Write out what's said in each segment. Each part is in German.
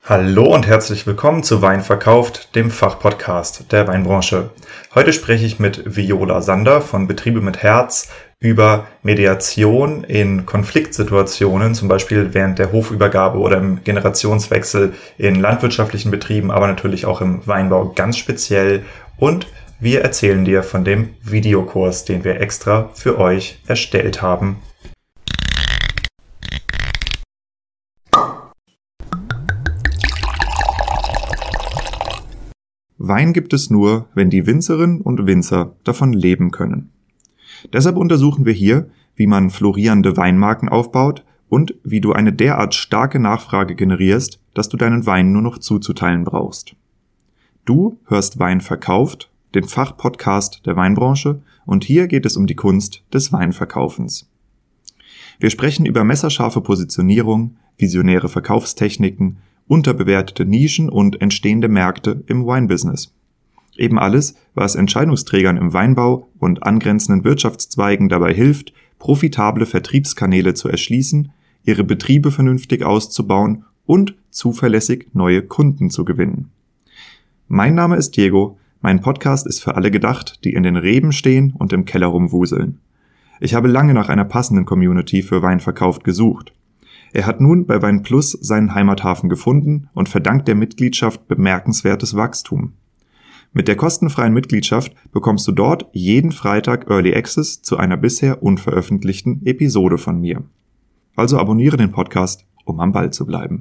Hallo und herzlich willkommen zu Wein verkauft, dem Fachpodcast der Weinbranche. Heute spreche ich mit Viola Sander von Betriebe mit Herz über Mediation in Konfliktsituationen, zum Beispiel während der Hofübergabe oder im Generationswechsel in landwirtschaftlichen Betrieben, aber natürlich auch im Weinbau ganz speziell. Und wir erzählen dir von dem Videokurs, den wir extra für euch erstellt haben. Wein gibt es nur, wenn die Winzerinnen und Winzer davon leben können. Deshalb untersuchen wir hier, wie man florierende Weinmarken aufbaut und wie du eine derart starke Nachfrage generierst, dass du deinen Wein nur noch zuzuteilen brauchst. Du hörst Wein verkauft, den Fachpodcast der Weinbranche, und hier geht es um die Kunst des Weinverkaufens. Wir sprechen über messerscharfe Positionierung, visionäre Verkaufstechniken, unterbewertete Nischen und entstehende Märkte im Wine-Business. Eben alles, was Entscheidungsträgern im Weinbau und angrenzenden Wirtschaftszweigen dabei hilft, profitable Vertriebskanäle zu erschließen, ihre Betriebe vernünftig auszubauen und zuverlässig neue Kunden zu gewinnen. Mein Name ist Diego, mein Podcast ist für alle gedacht, die in den Reben stehen und im Keller rumwuseln. Ich habe lange nach einer passenden Community für Weinverkauf gesucht. Er hat nun bei WeinPlus seinen Heimathafen gefunden und verdankt der Mitgliedschaft bemerkenswertes Wachstum. Mit der kostenfreien Mitgliedschaft bekommst du dort jeden Freitag Early Access zu einer bisher unveröffentlichten Episode von mir. Also abonniere den Podcast, um am Ball zu bleiben.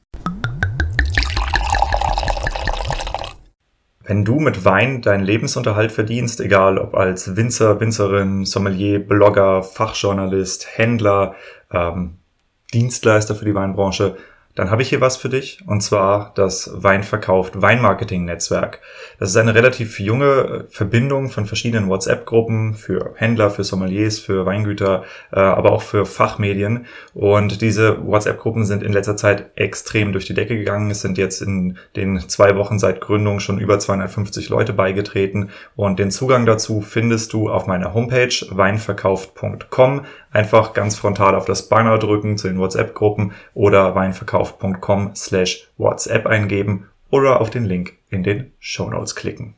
Wenn du mit Wein deinen Lebensunterhalt verdienst, egal ob als Winzer, Winzerin, Sommelier, Blogger, Fachjournalist, Händler, Dienstleister für die Weinbranche, dann habe ich hier was für dich, und zwar das Wein verkauft Weinmarketing-Netzwerk. Das ist eine relativ junge Verbindung von verschiedenen WhatsApp-Gruppen für Händler, für Sommeliers, für Weingüter, aber auch für Fachmedien. Und diese WhatsApp-Gruppen sind in letzter Zeit extrem durch die Decke gegangen. Es sind jetzt in den 2 Wochen seit Gründung schon über 250 Leute beigetreten. Und den Zugang dazu findest du auf meiner Homepage weinverkauft.com. Einfach ganz frontal auf das Banner drücken zu den WhatsApp-Gruppen oder weinverkauft.com/WhatsApp eingeben oder auf den Link in den Shownotes klicken.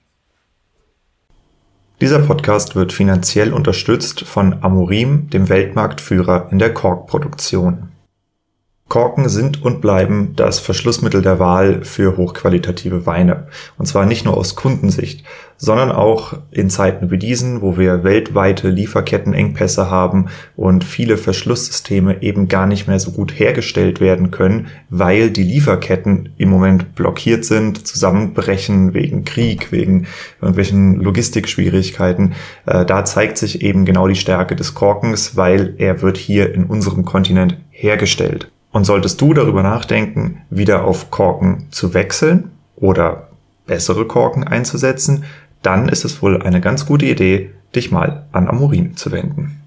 Dieser Podcast wird finanziell unterstützt von Amorim, dem Weltmarktführer in der Korkproduktion. Korken sind und bleiben das Verschlussmittel der Wahl für hochqualitative Weine. Und zwar nicht nur aus Kundensicht, sondern auch in Zeiten wie diesen, wo wir weltweite Lieferkettenengpässe haben und viele Verschlusssysteme eben gar nicht mehr so gut hergestellt werden können, weil die Lieferketten im Moment blockiert sind, zusammenbrechen wegen Krieg, wegen irgendwelchen Logistikschwierigkeiten. Da zeigt sich eben genau die Stärke des Korkens, weil er wird hier in unserem Kontinent hergestellt. Und solltest du darüber nachdenken, wieder auf Korken zu wechseln oder bessere Korken einzusetzen, dann ist es wohl eine ganz gute Idee, dich mal an Amorim zu wenden.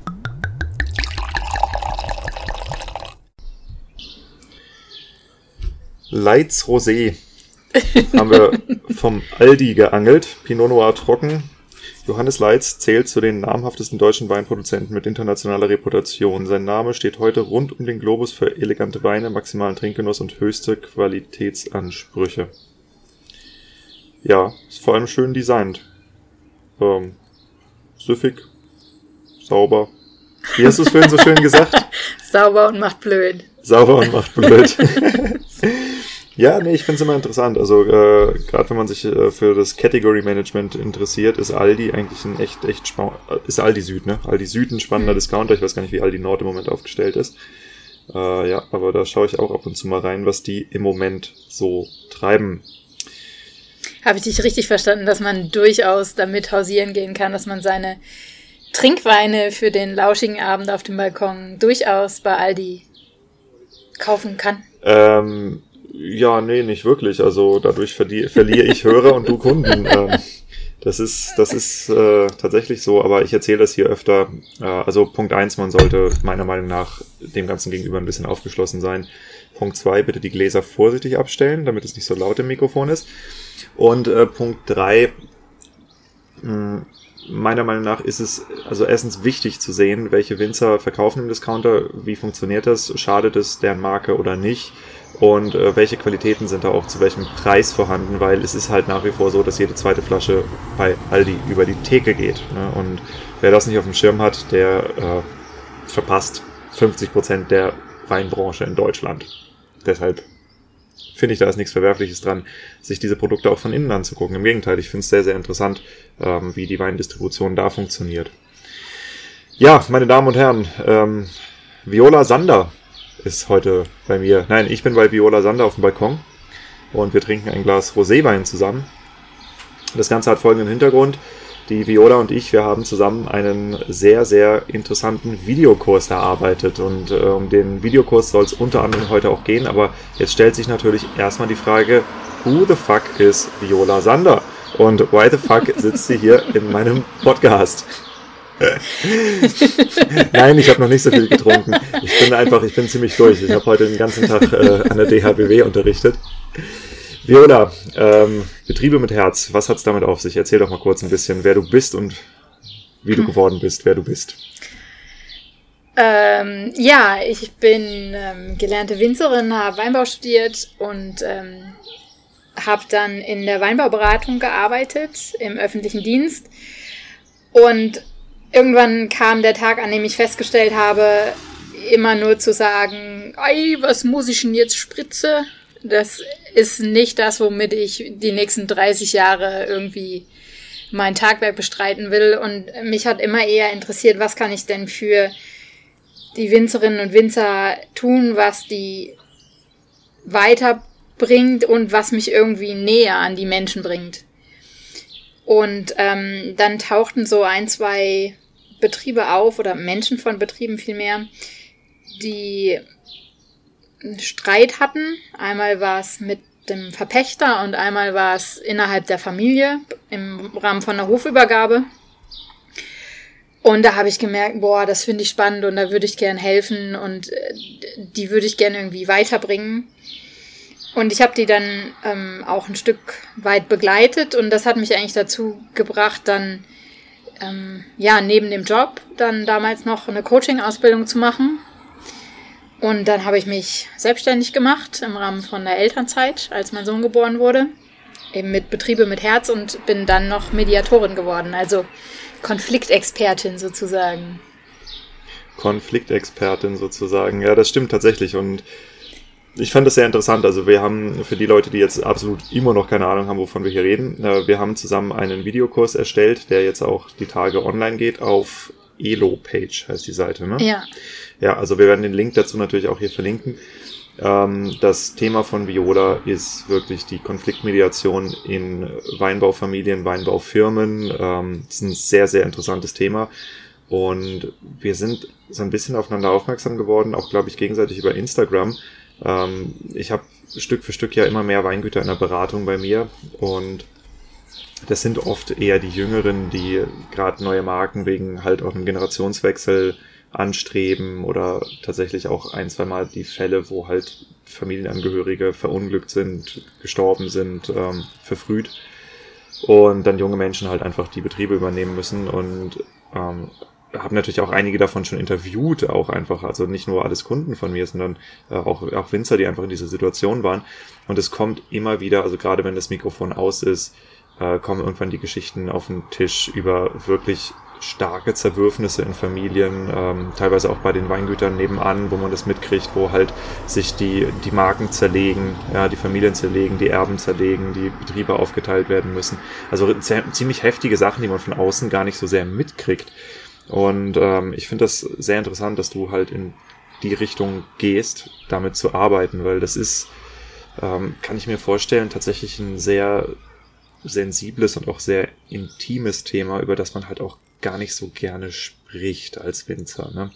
Leitz Rosé haben wir vom Aldi geangelt, Pinot Noir trocken. Johannes Leitz zählt zu den namhaftesten deutschen Weinproduzenten mit internationaler Reputation. Sein Name steht heute rund um den Globus für elegante Weine, maximalen Trinkgenuss und höchste Qualitätsansprüche. Ja, ist vor allem schön designt. Süffig, sauber. Wie hast du es vorhin so schön gesagt? Sauber und macht blöd. Sauber und macht blöd. Ja, nee, ich finde es immer interessant. Also gerade wenn man sich für das Category Management interessiert, ist Aldi eigentlich ein echt ist Aldi Süd, ne? Aldi Süd ein spannender Discounter. Ich weiß gar nicht, wie Aldi Nord im Moment aufgestellt ist. Ja, aber da schaue ich auch ab und zu mal rein, was die im Moment so treiben. Habe ich dich richtig verstanden, dass man durchaus damit hausieren gehen kann, dass man seine Trinkweine für den lauschigen Abend auf dem Balkon durchaus bei Aldi kaufen kann? Ja, nee, nicht wirklich. Also dadurch verliere ich Hörer und du Kunden. Das ist tatsächlich so, aber ich erzähle das hier öfter. Also Punkt 1, man sollte meiner Meinung nach dem Ganzen gegenüber ein bisschen aufgeschlossen sein. Punkt 2, bitte die Gläser vorsichtig abstellen, damit es nicht so laut im Mikrofon ist. Und Punkt 3, meiner Meinung nach ist es also erstens wichtig zu sehen, welche Winzer verkaufen im Discounter, wie funktioniert das, schadet es deren Marke oder nicht. und welche Qualitäten sind da auch zu welchem Preis vorhanden, weil es ist halt nach wie vor so, dass jede zweite Flasche bei Aldi über die Theke geht. Ne? Und wer das nicht auf dem Schirm hat, der verpasst 50% der Weinbranche in Deutschland. Deshalb finde ich, da ist nichts Verwerfliches dran, sich diese Produkte auch von innen anzugucken. Im Gegenteil, ich finde es sehr, sehr interessant, wie die Weindistribution da funktioniert. Ja, meine Damen und Herren, Viola Sander ist heute bei mir. Nein, ich bin bei Viola Sander auf dem Balkon und wir trinken ein Glas Roséwein zusammen. Das Ganze hat folgenden Hintergrund. Die Viola und ich, wir haben zusammen einen sehr, sehr interessanten Videokurs erarbeitet und um den Videokurs soll es unter anderem heute auch gehen, aber jetzt stellt sich natürlich erstmal die Frage, who the fuck is Viola Sander? Und why the fuck sitzt sie hier in meinem Podcast? Nein, ich habe noch nicht so viel getrunken. Ich bin ziemlich durch. Ich habe heute den ganzen Tag an der DHBW unterrichtet. Viola, Betriebe mit Herz, was hat's damit auf sich? Erzähl doch mal kurz ein bisschen, wer du bist und wie du geworden bist, wer du bist. Ja, ich bin gelernte Winzerin, habe Weinbau studiert und habe dann in der Weinbauberatung gearbeitet, im öffentlichen Dienst. Und irgendwann kam der Tag, an dem ich festgestellt habe, immer nur zu sagen, ei, was muss ich denn jetzt spritze? Das ist nicht das, womit ich die nächsten 30 Jahre irgendwie mein Tagwerk bestreiten will. Und mich hat immer eher interessiert, was kann ich denn für die Winzerinnen und Winzer tun, was die weiterbringt und was mich irgendwie näher an die Menschen bringt. Und dann tauchten so 1, 2 Betriebe auf, oder Menschen von Betrieben vielmehr, die einen Streit hatten. Einmal war es mit dem Verpächter und einmal war es innerhalb der Familie im Rahmen von einer Hofübergabe. Und da habe ich gemerkt, boah, das finde ich spannend und da würde ich gern helfen und die würde ich gerne irgendwie weiterbringen. Und ich habe die dann auch ein Stück weit begleitet und das hat mich eigentlich dazu gebracht, dann neben dem Job dann damals noch eine Coaching-Ausbildung zu machen. Und dann habe ich mich selbstständig gemacht im Rahmen von der Elternzeit, als mein Sohn geboren wurde, eben mit Betriebe mit Herz und bin dann noch Mediatorin geworden, also Konfliktexpertin sozusagen. Konfliktexpertin sozusagen, ja, das stimmt tatsächlich und ich fand das sehr interessant, also wir haben, für die Leute, die jetzt absolut immer noch keine Ahnung haben, wovon wir hier reden, wir haben zusammen einen Videokurs erstellt, der jetzt auch die Tage online geht, auf Elo-Page heißt die Seite, ne? Ja. Ja, also wir werden den Link dazu natürlich auch hier verlinken. Das Thema von Viola ist wirklich die Konfliktmediation in Weinbaufamilien, Weinbaufirmen. Das ist ein sehr, sehr interessantes Thema. Und wir sind so ein bisschen aufeinander aufmerksam geworden, auch, glaube ich, gegenseitig über Instagram. Ich habe Stück für Stück ja immer mehr Weingüter in der Beratung bei mir und das sind oft eher die Jüngeren, die gerade neue Marken wegen halt auch einem Generationswechsel anstreben oder tatsächlich auch 1, 2 Mal die Fälle, wo halt Familienangehörige verunglückt sind, gestorben sind, verfrüht und dann junge Menschen halt einfach die Betriebe übernehmen müssen und habe natürlich auch einige davon schon interviewt, auch einfach, also nicht nur alles Kunden von mir, sondern auch Winzer, die einfach in dieser Situation waren und es kommt immer wieder, also gerade wenn das Mikrofon aus ist, kommen irgendwann die Geschichten auf den Tisch über wirklich starke Zerwürfnisse in Familien, teilweise auch bei den Weingütern nebenan, wo man das mitkriegt, wo halt sich die Marken zerlegen, ja, die Familien zerlegen, die Erben zerlegen, die Betriebe aufgeteilt werden müssen. Also ziemlich heftige Sachen, die man von außen gar nicht so sehr mitkriegt. Und ich finde das sehr interessant, dass du halt in die Richtung gehst, damit zu arbeiten, weil das ist, kann ich mir vorstellen, tatsächlich ein sehr sensibles und auch sehr intimes Thema, über das man halt auch gar nicht so gerne spricht als Winzer, ne?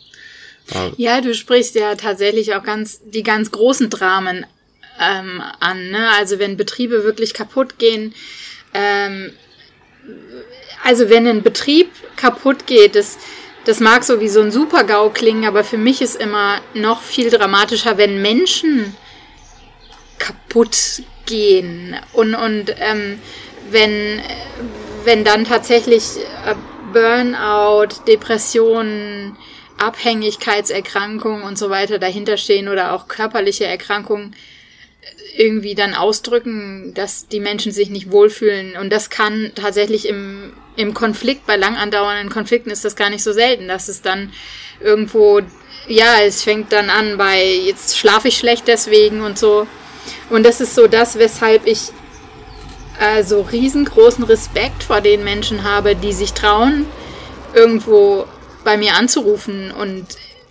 Ja, du sprichst ja tatsächlich auch die ganz großen Dramen an, ne? Also wenn Betriebe wirklich kaputt gehen, also wenn ein Betrieb kaputt geht, das mag so wie so ein Super-GAU klingen, aber für mich ist immer noch viel dramatischer, wenn Menschen kaputt gehen und wenn dann tatsächlich Burnout, Depressionen, Abhängigkeitserkrankungen und so weiter dahinter stehen oder auch körperliche Erkrankungen, irgendwie dann ausdrücken, dass die Menschen sich nicht wohlfühlen. Und das kann tatsächlich im Konflikt, bei lang andauernden Konflikten ist das gar nicht so selten, dass es dann irgendwo, es fängt dann an bei, jetzt schlafe ich schlecht deswegen und so. Und das ist so das, weshalb ich so riesengroßen Respekt vor den Menschen habe, die sich trauen, irgendwo bei mir anzurufen. Und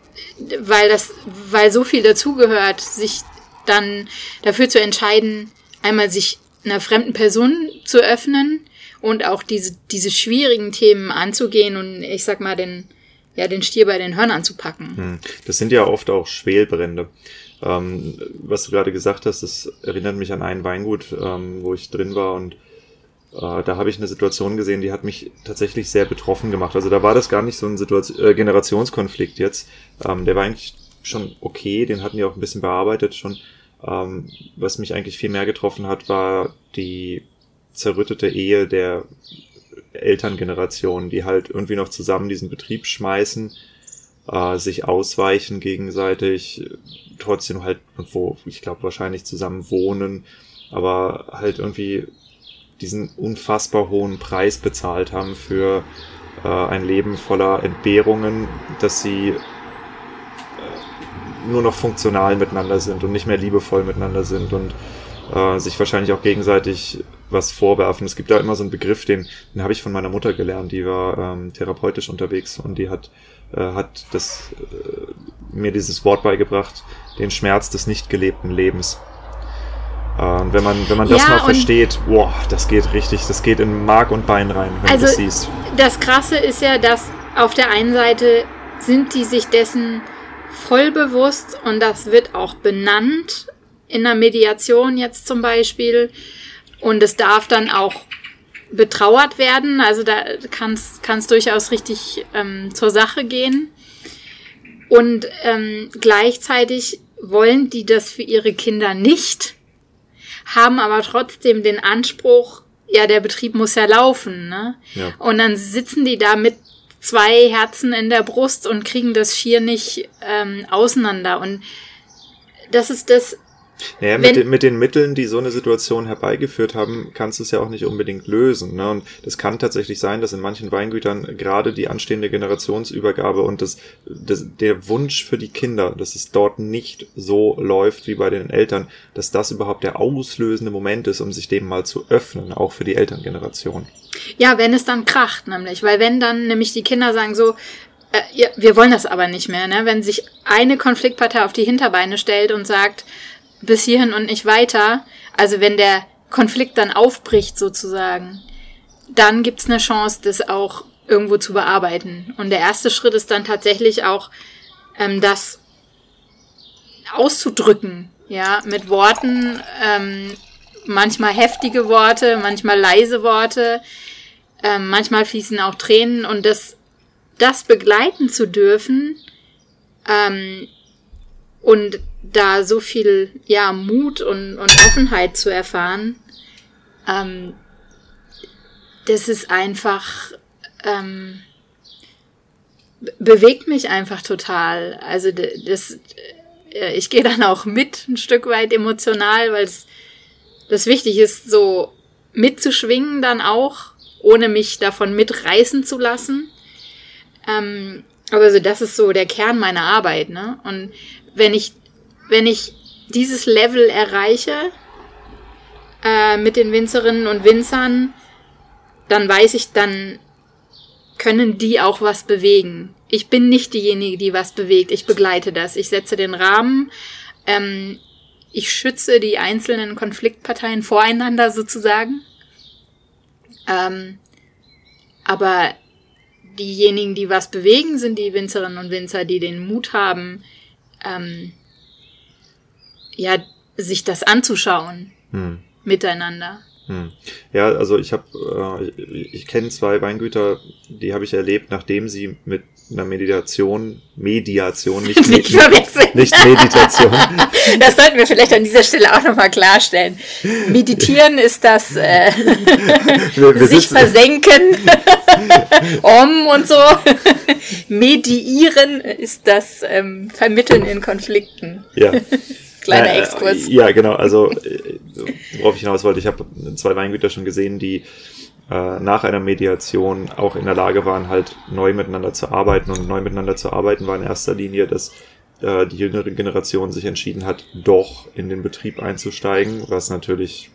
weil so viel dazugehört, sich dann dafür zu entscheiden, einmal sich einer fremden Person zu öffnen und auch diese schwierigen Themen anzugehen und ich sag mal den Stier bei den Hörnern zu packen. Das sind ja oft auch Schwelbrände. Was du gerade gesagt hast, das erinnert mich an ein Weingut, wo ich drin war und da habe ich eine Situation gesehen, die hat mich tatsächlich sehr betroffen gemacht. Also da war das gar nicht so ein Generationskonflikt jetzt. Der war eigentlich schon okay, den hatten die auch ein bisschen bearbeitet schon. Was mich eigentlich viel mehr getroffen hat, war die zerrüttete Ehe der Elterngeneration, die halt irgendwie noch zusammen diesen Betrieb schmeißen, sich ausweichen gegenseitig, trotzdem halt irgendwo, ich glaube, wahrscheinlich zusammen wohnen, aber halt irgendwie diesen unfassbar hohen Preis bezahlt haben für ein Leben voller Entbehrungen, dass sie nur noch funktional miteinander sind und nicht mehr liebevoll miteinander sind und sich wahrscheinlich auch gegenseitig was vorwerfen. Es gibt da immer so einen Begriff, den habe ich von meiner Mutter gelernt, die war therapeutisch unterwegs und die hat mir dieses Wort beigebracht, den Schmerz des nicht gelebten Lebens. Und wenn man das mal versteht, das geht in Mark und Bein rein, wenn du das siehst. Das Krasse ist ja, dass auf der einen Seite sind die sich dessen voll bewusst und das wird auch benannt in der Mediation jetzt zum Beispiel und es darf dann auch betrauert werden, also da kann es durchaus richtig zur Sache gehen und gleichzeitig wollen die das für ihre Kinder nicht, haben aber trotzdem den Anspruch, der Betrieb muss ja laufen, ne? Ja. Und dann sitzen die da mit 2 Herzen in der Brust und kriegen das schier nicht auseinander. Und das ist das... Naja, mit den Mitteln, die so eine Situation herbeigeführt haben, kannst du es ja auch nicht unbedingt lösen. Ne? Und das kann tatsächlich sein, dass in manchen Weingütern gerade die anstehende Generationsübergabe und der Wunsch für die Kinder, dass es dort nicht so läuft wie bei den Eltern, dass das überhaupt der auslösende Moment ist, um sich dem mal zu öffnen, auch für die Elterngeneration. Ja, wenn es dann kracht nämlich, weil wenn dann nämlich die Kinder sagen so, wir wollen das aber nicht mehr, ne? Wenn sich eine Konfliktpartei auf die Hinterbeine stellt und sagt, bis hierhin und nicht weiter, also wenn der Konflikt dann aufbricht sozusagen, dann gibt's eine Chance, das auch irgendwo zu bearbeiten. Und der erste Schritt ist dann tatsächlich auch, das auszudrücken, mit Worten, manchmal heftige Worte, manchmal leise Worte, manchmal fließen auch Tränen und das begleiten zu dürfen, und da so viel Mut und Offenheit zu erfahren, das ist einfach, bewegt mich einfach total. Also ich gehe dann auch mit ein Stück weit emotional, weil das wichtig ist, so mitzuschwingen dann auch, ohne mich davon mitreißen zu lassen. Aber so, das ist so der Kern meiner Arbeit, ne? Und wenn ich dieses Level erreiche mit den Winzerinnen und Winzern, dann weiß ich, dann können die auch was bewegen. Ich bin nicht diejenige, die was bewegt. Ich begleite das. Ich setze den Rahmen. Ich schütze die einzelnen Konfliktparteien voreinander sozusagen. Aber diejenigen, die was bewegen, sind die Winzerinnen und Winzer, die den Mut haben, sich das anzuschauen miteinander. Ja, also ich kenne 2 Weingüter, die habe ich erlebt, nachdem sie mit einer Meditation, nicht Meditation. Das sollten wir vielleicht an dieser Stelle auch nochmal klarstellen. Meditieren ist das sich versenken, und so. Mediieren ist das Vermitteln in Konflikten. Ja. Kleiner Exkurs. Ja, genau. Also, worauf ich hinaus wollte, ich habe 2 Weingüter schon gesehen, die nach einer Mediation auch in der Lage waren, halt neu miteinander zu arbeiten. Und neu miteinander zu arbeiten war in erster Linie, dass die jüngere Generation sich entschieden hat, doch in den Betrieb einzusteigen, was natürlich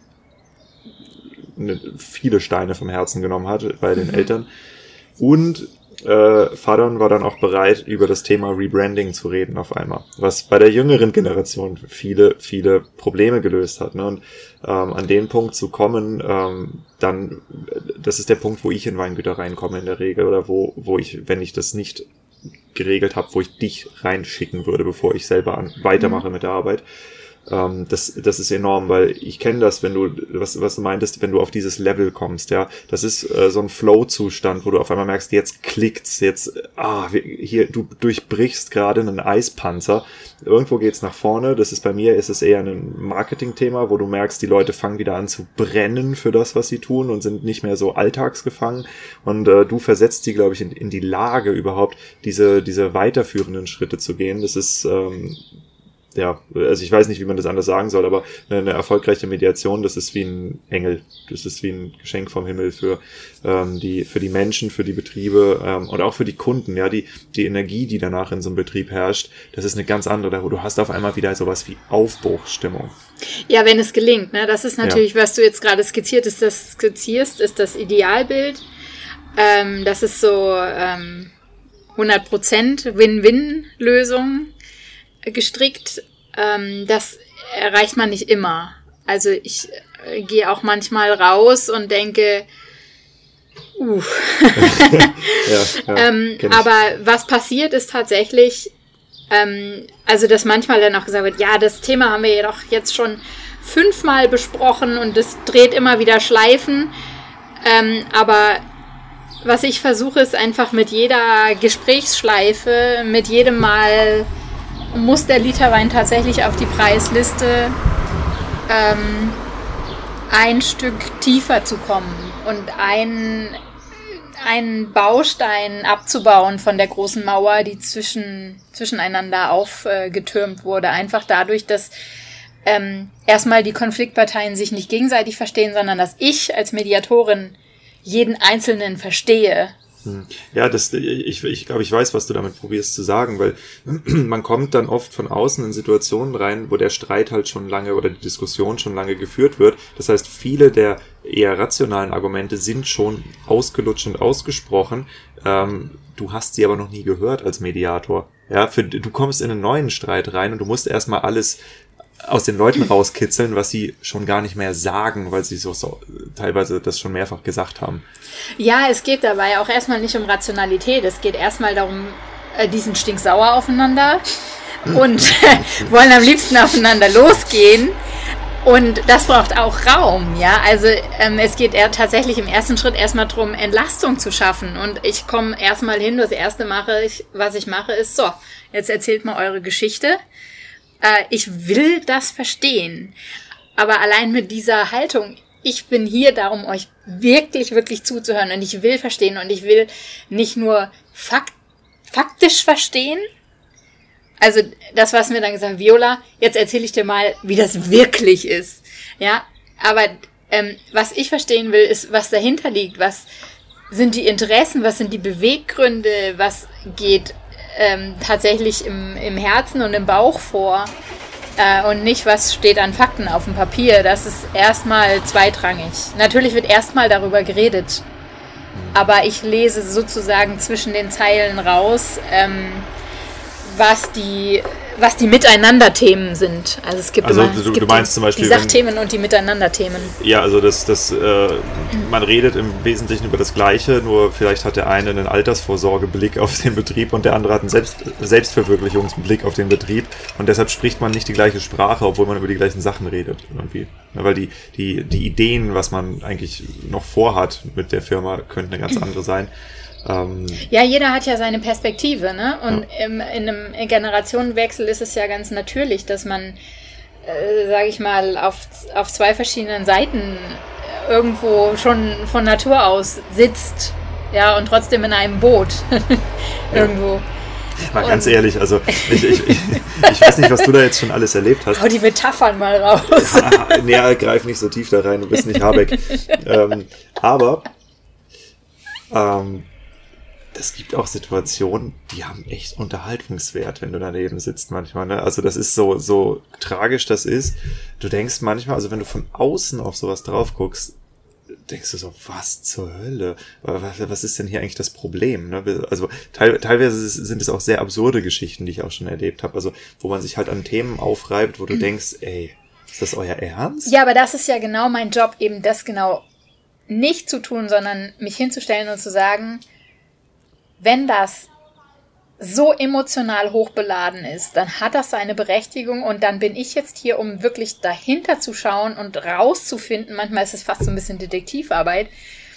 viele Steine vom Herzen genommen hat bei den Eltern. Und Fadon war dann auch bereit, über das Thema Rebranding zu reden auf einmal, was bei der jüngeren Generation viele, viele Probleme gelöst hat. Ne? Und an den Punkt zu kommen, dann, das ist der Punkt, wo ich in Weingüter reinkomme in der Regel, oder wo ich, wenn ich das nicht geregelt habe, wo ich dich reinschicken würde, bevor ich selber weitermache mit der Arbeit. Das ist enorm, weil ich kenne das, wenn du, was du meintest, wenn du auf dieses Level kommst, ja, das ist so ein Flow-Zustand, wo du auf einmal merkst, jetzt klickt's, hier, du durchbrichst gerade einen Eispanzer, irgendwo geht's nach vorne, ist es eher ein Marketing-Thema, wo du merkst, die Leute fangen wieder an zu brennen für das, was sie tun und sind nicht mehr so alltagsgefangen und du versetzt sie, glaube ich, in die Lage überhaupt, diese weiterführenden Schritte zu gehen. Das ist, ja, also ich weiß nicht, wie man das anders sagen soll, aber eine erfolgreiche Mediation, das ist wie ein Engel. Das ist wie ein Geschenk vom Himmel für die Menschen, für die Betriebe und auch für die Kunden. Ja, die Energie, die danach in so einem Betrieb herrscht, das ist eine ganz andere. Du hast auf einmal wieder sowas wie Aufbruchsstimmung. Ja, wenn es gelingt, ne? Das ist natürlich, was du jetzt gerade skizzierst, ist das Idealbild. Das ist so 100% Win-Win-Lösung gestrickt. Das erreicht man nicht immer. Also ich gehe auch manchmal raus und denke, aber was passiert ist tatsächlich, also dass manchmal dann auch gesagt wird, ja, das Thema haben wir ja doch jetzt schon 5-mal besprochen und es dreht immer wieder Schleifen, aber was ich versuche, ist einfach mit jeder Gesprächsschleife, mit jedem Mal muss der Literwein tatsächlich auf die Preisliste ein Stück tiefer zu kommen und einen Baustein abzubauen von der großen Mauer, die zwischeneinander aufgetürmt wurde. Einfach dadurch, dass erstmal die Konfliktparteien sich nicht gegenseitig verstehen, sondern dass ich als Mediatorin jeden Einzelnen verstehe. Ja, ich glaube, ich weiß, was du damit probierst zu sagen, weil man kommt dann oft von außen in Situationen rein, wo der Streit halt schon lange oder die Diskussion schon lange geführt wird. Das heißt, viele der eher rationalen Argumente sind schon ausgelutscht und ausgesprochen. Du hast sie aber noch nie gehört als Mediator. Ja, du kommst in einen neuen Streit rein und du musst erstmal alles aus den Leuten rauskitzeln, was sie schon gar nicht mehr sagen, weil sie so teilweise das schon mehrfach gesagt haben. Ja, es geht dabei auch erstmal nicht um Rationalität. Es geht erstmal darum, die sind stinksauer aufeinander und wollen am liebsten aufeinander losgehen. Und das braucht auch Raum, ja. Also es geht tatsächlich im ersten Schritt erstmal darum, Entlastung zu schaffen. Und ich komme erstmal hin, das erste was ich mache, ist so, jetzt erzählt mal eure Geschichte. Ich will das verstehen. Aber allein mit dieser Haltung, ich bin hier darum, euch wirklich, wirklich zuzuhören. Und ich will verstehen und ich will nicht nur faktisch verstehen. Also das, was mir dann gesagt, Viola, jetzt erzähle ich dir mal, wie das wirklich ist. Ja, aber was ich verstehen will, ist, was dahinter liegt. Was sind die Interessen, was sind die Beweggründe, was geht tatsächlich im Herzen und im Bauch vor und nicht, was steht an Fakten auf dem Papier. Das ist erstmal zweitrangig. Natürlich wird erstmal darüber geredet, aber ich lese sozusagen zwischen den Zeilen raus, was die Miteinander-Themen sind. Also es gibt, du meinst zum Beispiel die Sachthemen und die Miteinander-Themen. Ja, also man redet im Wesentlichen über das Gleiche, nur vielleicht hat der eine einen Altersvorsorgeblick auf den Betrieb und der andere hat einen Selbstverwirklichungsblick auf den Betrieb und deshalb spricht man nicht die gleiche Sprache, obwohl man über die gleichen Sachen redet irgendwie. Weil die Ideen, was man eigentlich noch vorhat mit der Firma, könnten eine ganz andere sein. Ja, jeder hat ja seine Perspektive, ne? Und in einem Generationenwechsel ist es ja ganz natürlich, dass man, sage ich mal, auf 2 verschiedenen Seiten irgendwo schon von Natur aus sitzt, ja, und trotzdem in einem Boot irgendwo. Mal ganz ehrlich, also ich weiß nicht, was du da jetzt schon alles erlebt hast. Hau die Metaphern mal raus. Ja, greif nicht so tief da rein, du bist nicht Habeck. Aber es gibt auch Situationen, die haben echt Unterhaltungswert, wenn du daneben sitzt manchmal. Ne? Also das ist so tragisch das ist. Du denkst manchmal, also wenn du von außen auf sowas drauf guckst, denkst du so, was zur Hölle? Was ist denn hier eigentlich das Problem? Ne? Also teilweise sind es auch sehr absurde Geschichten, die ich auch schon erlebt habe. Also wo man sich halt an Themen aufreibt, wo du denkst, ey, ist das euer Ernst? Ja, aber das ist ja genau mein Job, eben das genau nicht zu tun, sondern mich hinzustellen und zu sagen, wenn das so emotional hochbeladen ist, dann hat das seine Berechtigung und dann bin ich jetzt hier, um wirklich dahinter zu schauen und rauszufinden, manchmal ist es fast so ein bisschen Detektivarbeit,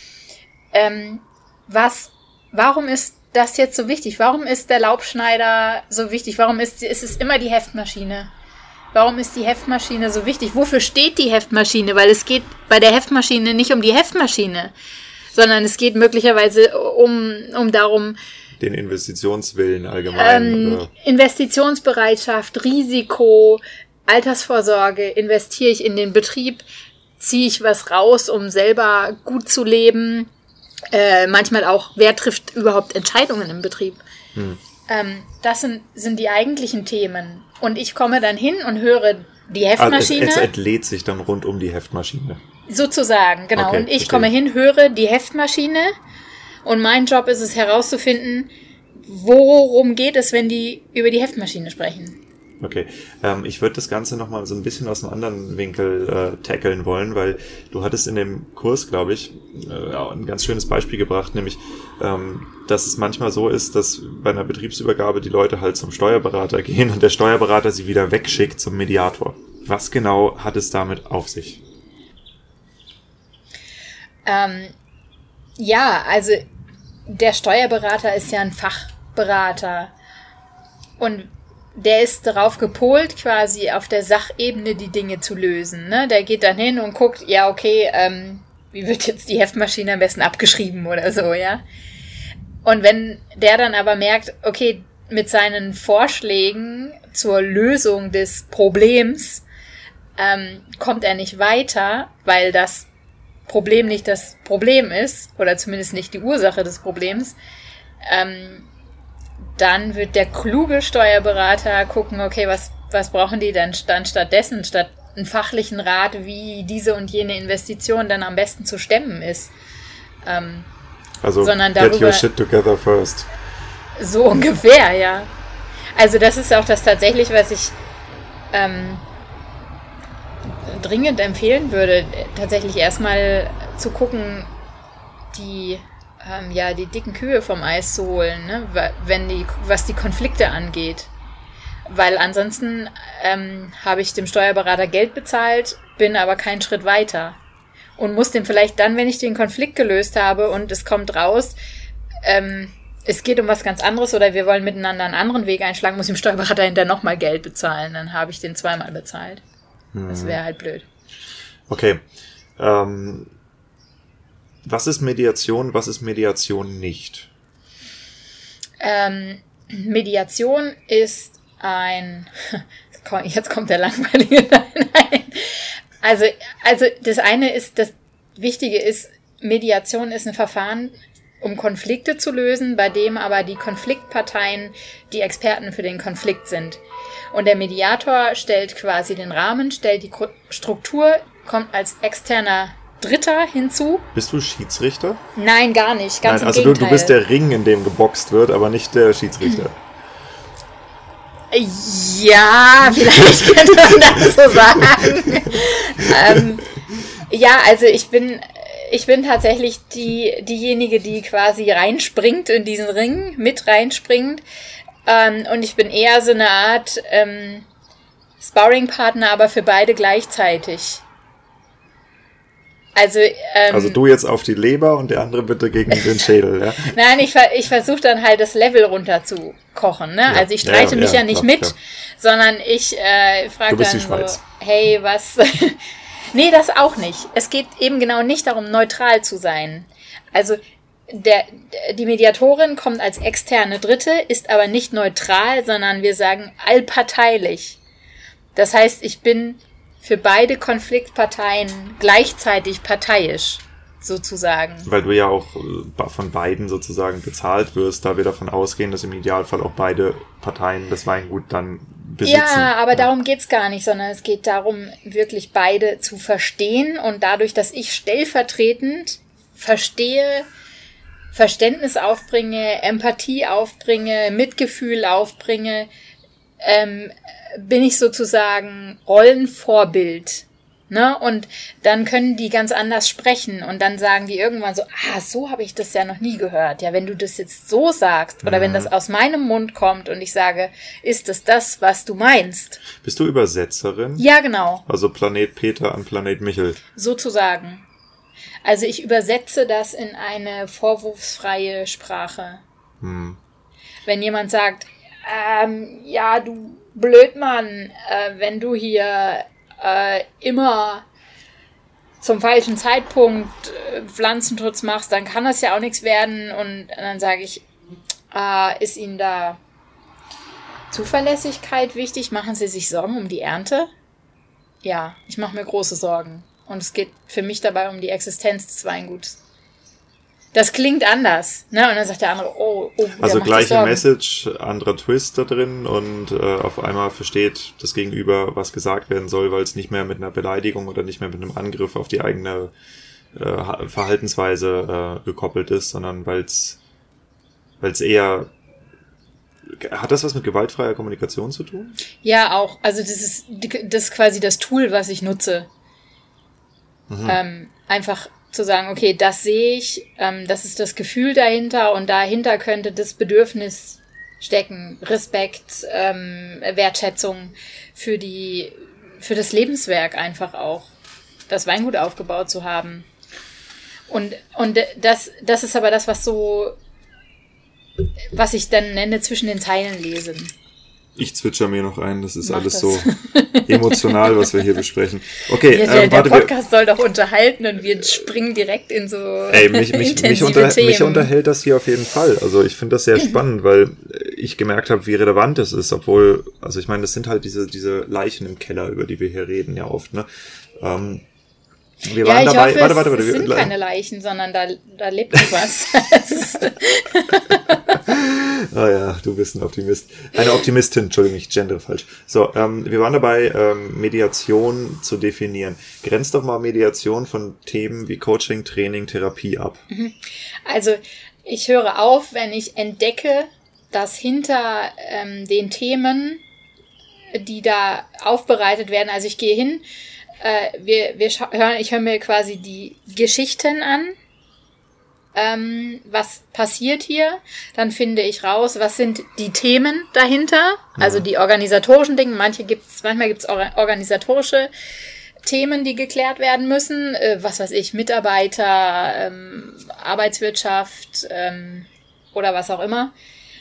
warum ist das jetzt so wichtig? Warum ist der Laubschneider so wichtig? Warum ist es immer die Heftmaschine? Warum ist die Heftmaschine so wichtig? Wofür steht die Heftmaschine? Weil es geht bei der Heftmaschine nicht um die Heftmaschine, sondern es geht möglicherweise um darum, den Investitionswillen allgemein. Investitionsbereitschaft, Risiko, Altersvorsorge, investiere ich in den Betrieb, ziehe ich was raus, um selber gut zu leben. Manchmal auch, wer trifft überhaupt Entscheidungen im Betrieb? Das sind die eigentlichen Themen. Und ich komme dann hin und höre die Heftmaschine. Es entlädt sich dann rund um die Heftmaschine. Sozusagen, genau. Okay, und ich komme hin, höre die Heftmaschine und mein Job ist es herauszufinden, worum geht es, wenn die über die Heftmaschine sprechen. Okay, ich würde das Ganze nochmal so ein bisschen aus einem anderen Winkel tackeln wollen, weil du hattest in dem Kurs, glaube ich, ein ganz schönes Beispiel gebracht, nämlich, dass es manchmal so ist, dass bei einer Betriebsübergabe die Leute halt zum Steuerberater gehen und der Steuerberater sie wieder wegschickt zum Mediator. Was genau hat es damit auf sich? Ja, also der Steuerberater ist ja ein Fachberater und der ist darauf gepolt, quasi auf der Sachebene die Dinge zu lösen. Ne? Der geht dann hin und guckt, ja, okay, wie wird jetzt die Heftmaschine am besten abgeschrieben oder so, ja. Und wenn der dann aber merkt, okay, mit seinen Vorschlägen zur Lösung des Problems kommt er nicht weiter, weil das Problem nicht das Problem ist, oder zumindest nicht die Ursache des Problems, dann wird der kluge Steuerberater gucken, okay, was brauchen die dann stattdessen, statt einen fachlichen Rat, wie diese und jene Investition dann am besten zu stemmen ist. Also sondern get darüber, your shit together first. So ungefähr, ja. Also das ist auch das tatsächlich, was ich dringend empfehlen würde, tatsächlich erstmal zu gucken, die dicken Kühe vom Eis zu holen, ne? Was die Konflikte angeht. Weil ansonsten habe ich dem Steuerberater Geld bezahlt, bin aber keinen Schritt weiter. Und muss dem vielleicht dann, wenn ich den Konflikt gelöst habe und es kommt raus, es geht um was ganz anderes oder wir wollen miteinander einen anderen Weg einschlagen, muss dem Steuerberater hinterher nochmal Geld bezahlen. Dann habe ich den zweimal bezahlt. Das wäre halt blöd. Okay. Was ist Mediation nicht? Mediation ist jetzt kommt der langweilige Nein. Also das eine ist, das Wichtige ist, Mediation ist ein Verfahren, um Konflikte zu lösen, bei dem aber die Konfliktparteien die Experten für den Konflikt sind. Und der Mediator stellt quasi den Rahmen, stellt die Struktur, kommt als externer Dritter hinzu. Bist du Schiedsrichter? Nein, gar nicht. Ganz im also Gegenteil. Du bist der Ring, in dem geboxt wird, aber nicht der Schiedsrichter. Ja, vielleicht könnte man das so sagen. Ja, also ich bin tatsächlich diejenige, die quasi reinspringt in diesen Ring, mit reinspringt. Und ich bin eher so eine Art Sparringpartner, aber für beide gleichzeitig. Also du jetzt auf die Leber und der andere bitte gegen den Schädel, ja? Nein, ich versuche dann halt das Level runter zu kochen, ne? Ja, also ich streite mich ja nicht mit, sondern ich frage dann so, hey, was... Nee, das auch nicht. Es geht eben genau nicht darum, neutral zu sein. Also die Mediatorin kommt als externe Dritte, ist aber nicht neutral, sondern wir sagen allparteilich. Das heißt, ich bin für beide Konfliktparteien gleichzeitig parteiisch, sozusagen. Weil du ja auch von beiden sozusagen bezahlt wirst, da wir davon ausgehen, dass im Idealfall auch beide Parteien das Weingut dann besitzen. Ja, aber darum geht's gar nicht, sondern es geht darum, wirklich beide zu verstehen und dadurch, dass ich stellvertretend verstehe, Verständnis aufbringe, Empathie aufbringe, Mitgefühl aufbringe, bin ich sozusagen Rollenvorbild. Ne? Und dann können die ganz anders sprechen und dann sagen die irgendwann so, so habe ich das ja noch nie gehört. Ja, wenn du das jetzt so sagst oder wenn das aus meinem Mund kommt und ich sage, ist das, was du meinst? Bist du Übersetzerin? Ja, genau. Also Planet Peter an Planet Michel. Sozusagen. Also ich übersetze das in eine vorwurfsfreie Sprache. Wenn jemand sagt, ja, du Blödmann, wenn du hier immer zum falschen Zeitpunkt Pflanzenschutz machst, dann kann das ja auch nichts werden. Und dann sage ich, ist Ihnen da Zuverlässigkeit wichtig? Machen Sie sich Sorgen um die Ernte? Ja, ich mache mir große Sorgen. Und es geht für mich dabei um die Existenz des Weinguts. Das klingt anders, ne? Und dann sagt der andere, also gleiche Message, anderer Twist da drin und auf einmal versteht das Gegenüber, was gesagt werden soll, weil es nicht mehr mit einer Beleidigung oder nicht mehr mit einem Angriff auf die eigene Verhaltensweise gekoppelt ist, sondern weil es eher... Hat das was mit gewaltfreier Kommunikation zu tun? Ja, auch. Also das ist quasi das Tool, was ich nutze. Einfach zu sagen, okay, das sehe ich, das ist das Gefühl dahinter und dahinter könnte das Bedürfnis stecken, Respekt, Wertschätzung für das Lebenswerk einfach auch, das Weingut aufgebaut zu haben. Und das ist aber das, was ich dann nenne, zwischen den Zeilen lesen. Ich zwitscher mir noch ein, das ist alles so emotional, was wir hier besprechen. Okay, ja, der Podcast soll doch unterhalten und wir springen direkt in so mich unterhält das hier auf jeden Fall. Also ich finde das sehr spannend, weil ich gemerkt habe, wie relevant es ist, obwohl, also ich meine, das sind halt diese Leichen im Keller, über die wir hier reden, ja oft, ne? Wir waren dabei. Warte, es sind keine Leichen, sondern da lebt noch was. Ja, du bist ein Optimist. Eine Optimistin, Entschuldigung, ich gendere falsch. So, wir waren dabei, Mediation zu definieren. Grenzt doch mal Mediation von Themen wie Coaching, Training, Therapie ab. Also, ich höre auf, wenn ich entdecke, dass hinter den Themen, die da aufbereitet werden, also ich gehe hin, ich höre mir quasi die Geschichten an, was passiert hier, dann finde ich raus, was sind die Themen dahinter, also die organisatorischen Dinge, manchmal gibt's organisatorische Themen, die geklärt werden müssen, was weiß ich, Mitarbeiter, Arbeitswirtschaft oder was auch immer.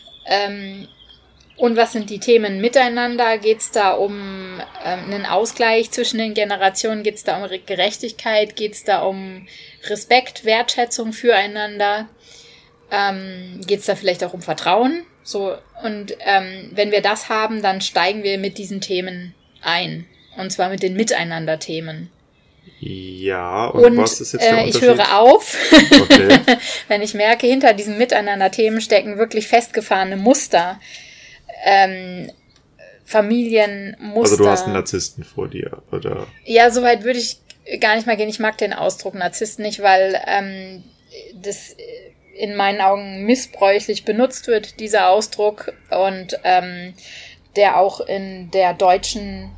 Und was sind die Themen miteinander? Geht es da um einen Ausgleich zwischen den Generationen? Geht es da um Gerechtigkeit? Geht es da um Respekt, Wertschätzung füreinander? Geht es da vielleicht auch um Vertrauen? So, und wenn wir das haben, dann steigen wir mit diesen Themen ein. Und zwar mit den Miteinander-Themen. Ja, und was ist jetzt der Unterschied? Ich höre auf, okay. Wenn ich merke, hinter diesen Miteinander-Themen stecken wirklich festgefahrene Muster. Familienmuster. Also du hast einen Narzissten vor dir, oder? Ja, soweit würde ich gar nicht mal gehen. Ich mag den Ausdruck Narzisst nicht, weil das in meinen Augen missbräuchlich benutzt wird, dieser Ausdruck, und der auch in der deutschen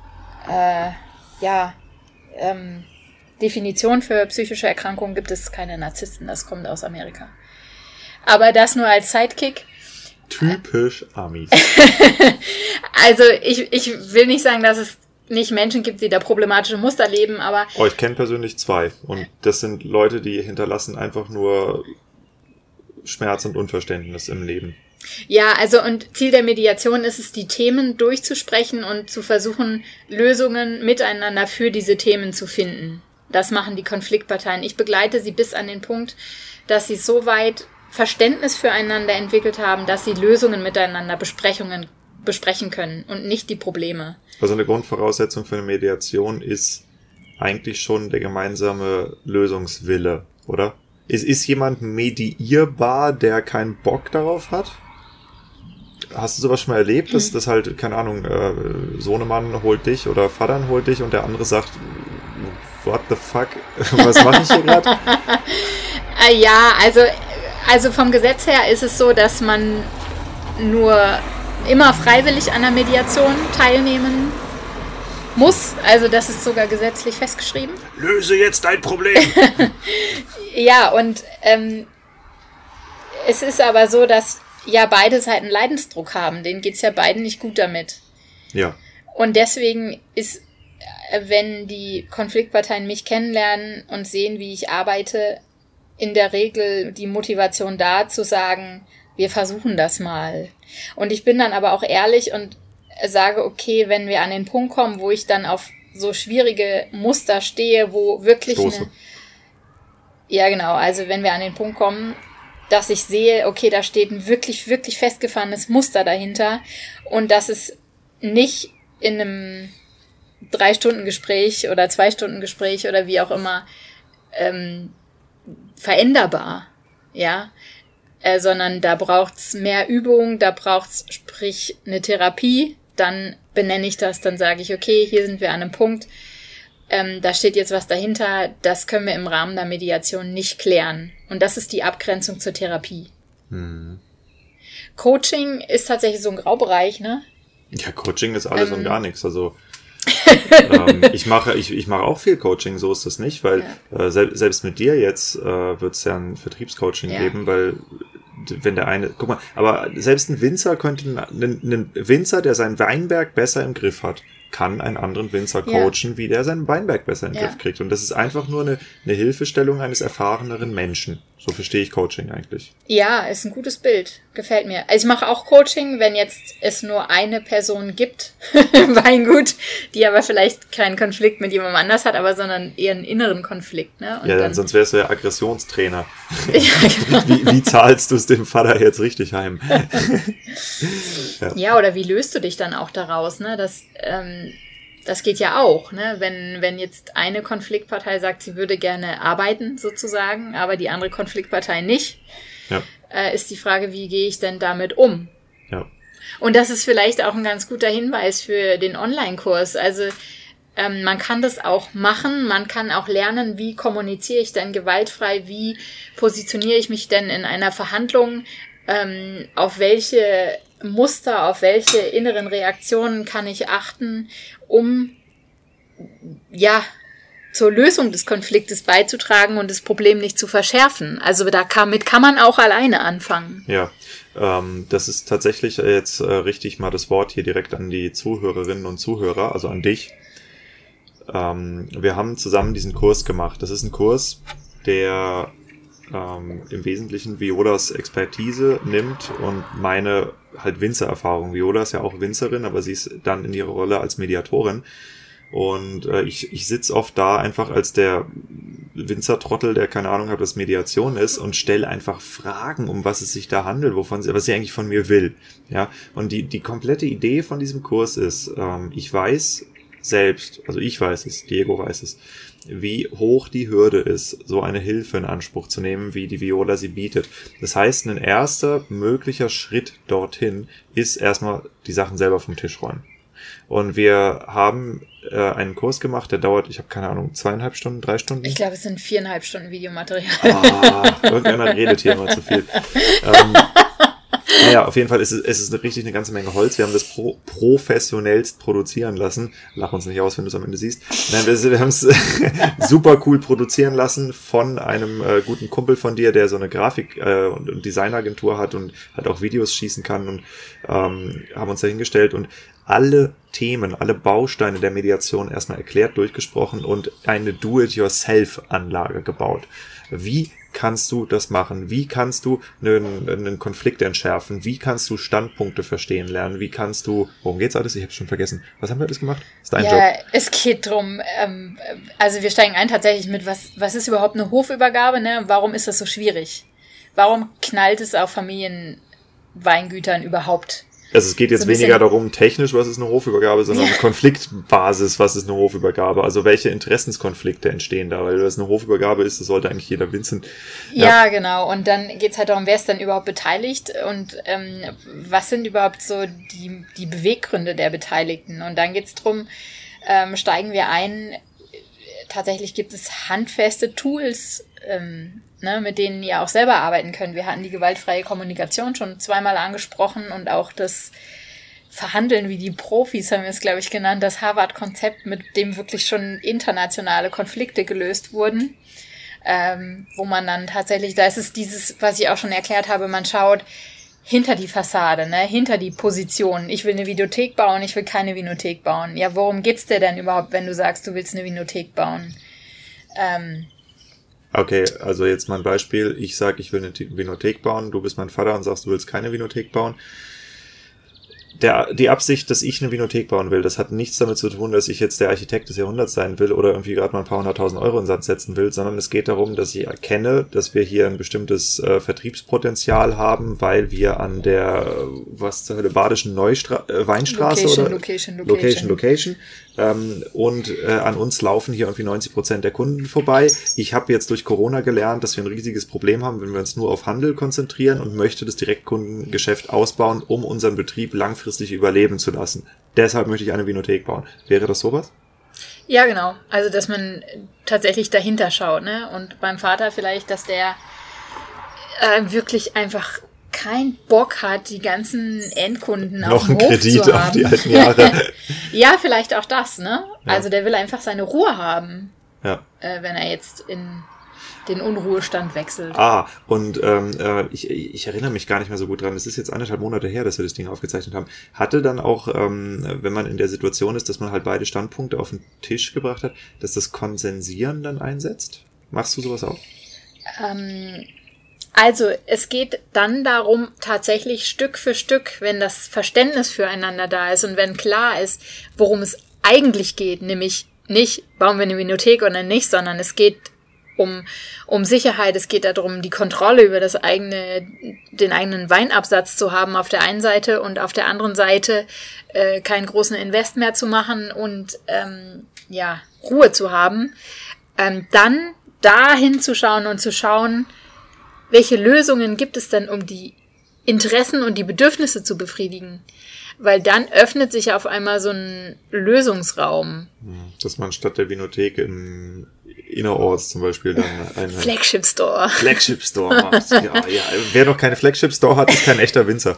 Definition für psychische Erkrankungen gibt es keine Narzissten, das kommt aus Amerika. Aber das nur als Sidekick. Typisch Amis. Also ich will nicht sagen, dass es nicht Menschen gibt, die da problematische Muster leben, aber... Oh, ich kenne persönlich 2. Und das sind Leute, die hinterlassen einfach nur Schmerz und Unverständnis im Leben. Ja, also und Ziel der Mediation ist es, die Themen durchzusprechen und zu versuchen, Lösungen miteinander für diese Themen zu finden. Das machen die Konfliktparteien. Ich begleite sie bis an den Punkt, dass sie so weit Verständnis füreinander entwickelt haben, dass sie Lösungen miteinander besprechen können und nicht die Probleme. Also eine Grundvoraussetzung für eine Mediation ist eigentlich schon der gemeinsame Lösungswille, oder? Ist jemand mediierbar, der keinen Bock darauf hat? Hast du sowas schon mal erlebt, dass das halt, keine Ahnung, Sohnemann holt dich oder Vatern holt dich und der andere sagt, what the fuck, was mache ich hier gerade? Ja, also vom Gesetz her ist es so, dass man nur immer freiwillig an der Mediation teilnehmen muss. Also das ist sogar gesetzlich festgeschrieben. Löse jetzt dein Problem! Ja, und es ist aber so, dass ja beide Seiten Leidensdruck haben. Denen geht's ja beiden nicht gut damit. Ja. Und deswegen ist, wenn die Konfliktparteien mich kennenlernen und sehen, wie ich arbeite, in der Regel die Motivation da, zu sagen, wir versuchen das mal. Und ich bin dann aber auch ehrlich und sage, okay, wenn wir an den Punkt kommen, wo ich dann auf so schwierige Muster stehe, wo wirklich ja, genau, also wenn wir an den Punkt kommen, dass ich sehe, okay, da steht ein wirklich, wirklich festgefahrenes Muster dahinter und das ist nicht in einem 3-Stunden-Gespräch oder 2-Stunden-Gespräch oder wie auch immer veränderbar, ja, sondern da braucht's mehr Übung, da braucht's, sprich, eine Therapie, dann benenne ich das, dann sage ich, okay, hier sind wir an einem Punkt, da steht jetzt was dahinter, das können wir im Rahmen der Mediation nicht klären. Und das ist die Abgrenzung zur Therapie. Coaching ist tatsächlich so ein Graubereich, ne? Ja, Coaching ist alles und gar nichts. Also ich mache auch viel Coaching, so ist das nicht, weil selbst mit dir jetzt wird es ja ein Vertriebscoaching geben, weil wenn der eine, guck mal, aber selbst ein Winzer könnte, ein Winzer, der seinen Weinberg besser im Griff hat, kann einen anderen Winzer coachen, wie der seinen Weinberg besser in den Griff kriegt. Und das ist einfach nur eine Hilfestellung eines erfahreneren Menschen. So verstehe ich Coaching eigentlich. Ja, ist ein gutes Bild. Gefällt mir. Also ich mache auch Coaching, wenn jetzt es nur eine Person gibt im Weingut, die aber vielleicht keinen Konflikt mit jemandem anders hat, aber sondern eher einen inneren Konflikt. Ne? Und ja, dann sonst wärst du ja Aggressionstrainer. Ja, genau. Wie zahlst du es dem Vater jetzt richtig heim? Ja, oder wie löst du dich dann auch daraus? Ne? Das geht ja auch, ne? Wenn jetzt eine Konfliktpartei sagt, sie würde gerne arbeiten sozusagen, aber die andere Konfliktpartei nicht, ist die Frage, wie gehe ich denn damit um? Ja. Und das ist vielleicht auch ein ganz guter Hinweis für den Online-Kurs. Also man kann das auch machen, man kann auch lernen, wie kommuniziere ich denn gewaltfrei, wie positioniere ich mich denn in einer Verhandlung, auf welche Muster, auf welche inneren Reaktionen kann ich achten, um zur Lösung des Konfliktes beizutragen und das Problem nicht zu verschärfen. Also damit kann man auch alleine anfangen. Ja, das ist tatsächlich jetzt richtig mal das Wort hier direkt an die Zuhörerinnen und Zuhörer, also an dich. Wir haben zusammen diesen Kurs gemacht. Das ist ein Kurs, der im Wesentlichen Violas Expertise nimmt und meine halt Winzererfahrung. Viola ist ja auch Winzerin, aber sie ist dann in ihrer Rolle als Mediatorin. Und ich sitze oft da einfach als der Winzertrottel, der keine Ahnung hat, was Mediation ist, und stelle einfach Fragen, um was es sich da handelt, was sie eigentlich von mir will. Ja, und die komplette Idee von diesem Kurs ist, ich weiß selbst, also ich weiß es, Diego weiß es, wie hoch die Hürde ist, so eine Hilfe in Anspruch zu nehmen, wie die Viola sie bietet. Das heißt, ein erster möglicher Schritt dorthin ist erstmal die Sachen selber vom Tisch räumen. Und wir haben einen Kurs gemacht, der dauert, ich habe keine Ahnung, 2,5 Stunden, 3 Stunden? Ich glaube, es sind 4,5 Stunden Videomaterial. Irgendeiner redet hier immer zu viel. Naja, auf jeden Fall ist es eine ganze Menge Holz. Wir haben das professionellst produzieren lassen. Lach uns nicht aus, wenn du es am Ende siehst. Nein, wir haben es super cool produzieren lassen von einem guten Kumpel von dir, der so eine Grafik- und Designagentur hat und halt auch Videos schießen kann, und haben uns da hingestellt. Und alle Themen, alle Bausteine der Mediation erstmal erklärt, durchgesprochen und eine Do-it-yourself-Anlage gebaut. Wie kannst du das machen? Wie kannst du einen Konflikt entschärfen? Wie kannst du Standpunkte verstehen lernen? Wie kannst du, worum geht's alles? Ich habe schon vergessen. Was haben wir alles gemacht? Das ist dein Job. Ja, es geht drum, also wir steigen ein tatsächlich mit, was ist überhaupt eine Hofübergabe, ne? Warum ist das so schwierig? Warum knallt es auf Familienweingütern überhaupt? Also es geht jetzt so weniger darum, technisch, was ist eine Hofübergabe, sondern Konfliktbasis, was ist eine Hofübergabe. Also welche Interessenskonflikte entstehen da, weil das eine Hofübergabe ist, das sollte eigentlich jeder wissen. Ja, genau. Und dann geht's halt darum, wer ist dann überhaupt beteiligt und was sind überhaupt so die Beweggründe der Beteiligten. Und dann geht's drum, steigen wir ein, tatsächlich gibt es handfeste Tools, mit denen ihr auch selber arbeiten könnt. Wir hatten die gewaltfreie Kommunikation schon 2-mal angesprochen und auch das Verhandeln wie die Profis, haben wir es, glaube ich, genannt, das Harvard-Konzept, mit dem wirklich schon internationale Konflikte gelöst wurden, wo man dann tatsächlich, da ist es dieses, was ich auch schon erklärt habe, man schaut hinter die Fassade, hinter die Position. Ich will eine Vinothek bauen, ich will keine Vinothek bauen. Ja, worum geht's dir denn überhaupt, wenn du sagst, du willst eine Vinothek bauen? Okay, also jetzt mal ein Beispiel. Ich sage, ich will eine Vinothek bauen. Du bist mein Vater und sagst, du willst keine Vinothek bauen. Die Absicht, dass ich eine Vinothek bauen will, das hat nichts damit zu tun, dass ich jetzt der Architekt des Jahrhunderts sein will oder irgendwie gerade mal ein paar 100.000 Euro in den Sand setzen will, sondern es geht darum, dass ich erkenne, dass wir hier ein bestimmtes Vertriebspotenzial haben, weil wir an der, was zur Hölle, Badischen Weinstraße Location. Und an uns laufen hier irgendwie 90% der Kunden vorbei. Ich habe jetzt durch Corona gelernt, dass wir ein riesiges Problem haben, wenn wir uns nur auf Handel konzentrieren und möchte das Direktkundengeschäft ausbauen, um unseren Betrieb langfristig überleben zu lassen. Deshalb möchte ich eine Vinothek bauen. Wäre das sowas? Ja, genau. Also, dass man tatsächlich dahinter schaut, ne? Und beim Vater vielleicht, dass der wirklich einfach keinen Bock hat, die ganzen Endkunden noch auf dem Hof Kredit zu haben. Auf die alten Jahre. Ja, vielleicht auch das, ne? Ja. Also der will einfach seine Ruhe haben, ja. Wenn er jetzt in den Unruhestand wechselt. Und ich erinnere mich gar nicht mehr so gut dran. Es ist jetzt 1,5 Monate her, dass wir das Ding aufgezeichnet haben. Hatte dann auch, wenn man in der Situation ist, dass man halt beide Standpunkte auf den Tisch gebracht hat, dass das Konsensieren dann einsetzt? Machst du sowas auch? Also es geht dann darum, tatsächlich Stück für Stück, wenn das Verständnis füreinander da ist und wenn klar ist, worum es eigentlich geht, nämlich nicht, bauen wir eine Vinothek oder nicht, sondern es geht um Sicherheit, es geht darum, die Kontrolle über den eigenen Weinabsatz zu haben auf der einen Seite und auf der anderen Seite keinen großen Invest mehr zu machen und Ruhe zu haben, dann da hinzuschauen und zu schauen, welche Lösungen gibt es denn, um die Interessen und die Bedürfnisse zu befriedigen? Weil dann öffnet sich auf einmal so ein Lösungsraum. Dass man statt der Vinothek im Innerorts zum Beispiel dann einen Flagship Store macht. Ja. Wer noch keine Flagship Store hat, ist kein echter Winzer.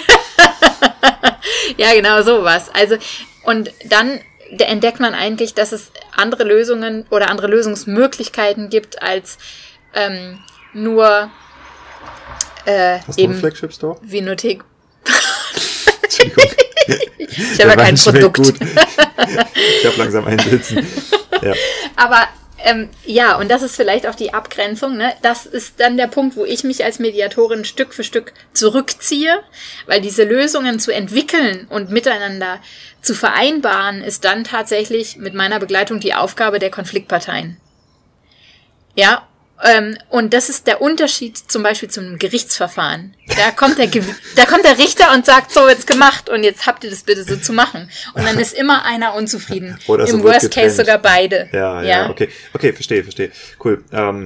Ja, genau sowas. Also, und dann entdeckt man eigentlich, dass es andere Lösungen oder andere Lösungsmöglichkeiten gibt als nur Hast du einen Flagship Store? Vinothek. Entschuldigung. Ich habe ja kein Produkt. Gut. Ich habe langsam einen Sitzen. Ja. Aber und das ist vielleicht auch die Abgrenzung, ne? Das ist dann der Punkt, wo ich mich als Mediatorin Stück für Stück zurückziehe, weil diese Lösungen zu entwickeln und miteinander zu vereinbaren, ist dann tatsächlich mit meiner Begleitung die Aufgabe der Konfliktparteien. Ja, und das ist der Unterschied zum Beispiel zum Gerichtsverfahren. Da kommt der Richter und sagt, so wird's gemacht und jetzt habt ihr das bitte so zu machen. Und dann ist immer einer unzufrieden. Oder im Worst Case sogar beide. Ja, okay, verstehe. Cool.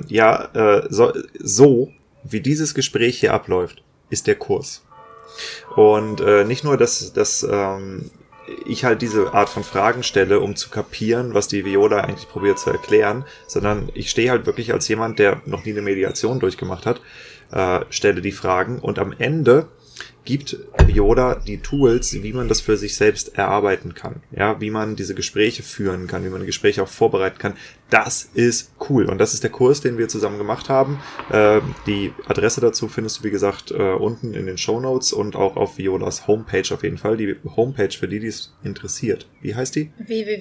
So wie dieses Gespräch hier abläuft, ist der Kurs. Und nicht nur, dass ich halt diese Art von Fragen stelle, um zu kapieren, was die Viola eigentlich probiert zu erklären, sondern ich stehe halt wirklich als jemand, der noch nie eine Mediation durchgemacht hat, stelle die Fragen und am Ende gibt Viola die Tools, wie man das für sich selbst erarbeiten kann. Ja, wie man diese Gespräche führen kann, wie man Gespräche auch vorbereiten kann. Das ist cool. Und das ist der Kurs, den wir zusammen gemacht haben. Die Adresse dazu findest du, wie gesagt, unten in den Shownotes und auch auf Violas Homepage auf jeden Fall. Die Homepage, für die es interessiert. Wie heißt die?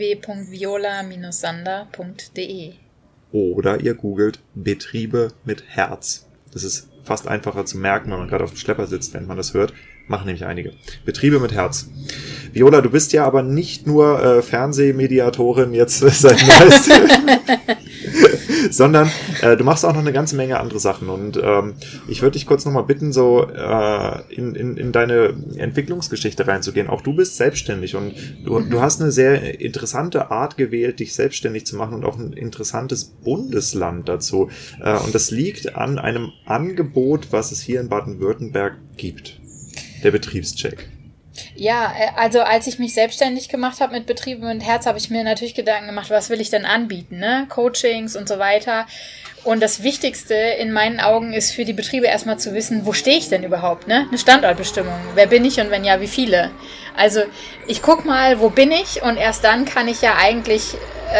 www.viola-sander.de. Oder ihr googelt Betriebe mit Herz. Das ist fast einfacher zu merken, wenn man gerade auf dem Schlepper sitzt, wenn man das hört. Machen nämlich einige. Betriebe mit Herz. Viola, du bist ja aber nicht nur Fernsehmediatorin jetzt seit neuestem, sondern du machst auch noch eine ganze Menge andere Sachen. Und ich würde dich kurz nochmal bitten, so in deine Entwicklungsgeschichte reinzugehen. Auch du bist selbstständig und du hast eine sehr interessante Art gewählt, dich selbstständig zu machen und auch ein interessantes Bundesland dazu. Und das liegt an einem Angebot, was es hier in Baden-Württemberg gibt. Der Betriebscheck. Ja, also als ich mich selbstständig gemacht habe mit Betrieben mit Herz, habe ich mir natürlich Gedanken gemacht, was will ich denn anbieten, ne? Coachings und so weiter. Und das Wichtigste in meinen Augen ist für die Betriebe erstmal zu wissen, wo stehe ich denn überhaupt, ne? Eine Standortbestimmung. Wer bin ich und wenn ja, wie viele? Also ich guck mal, wo bin ich und erst dann kann ich ja eigentlich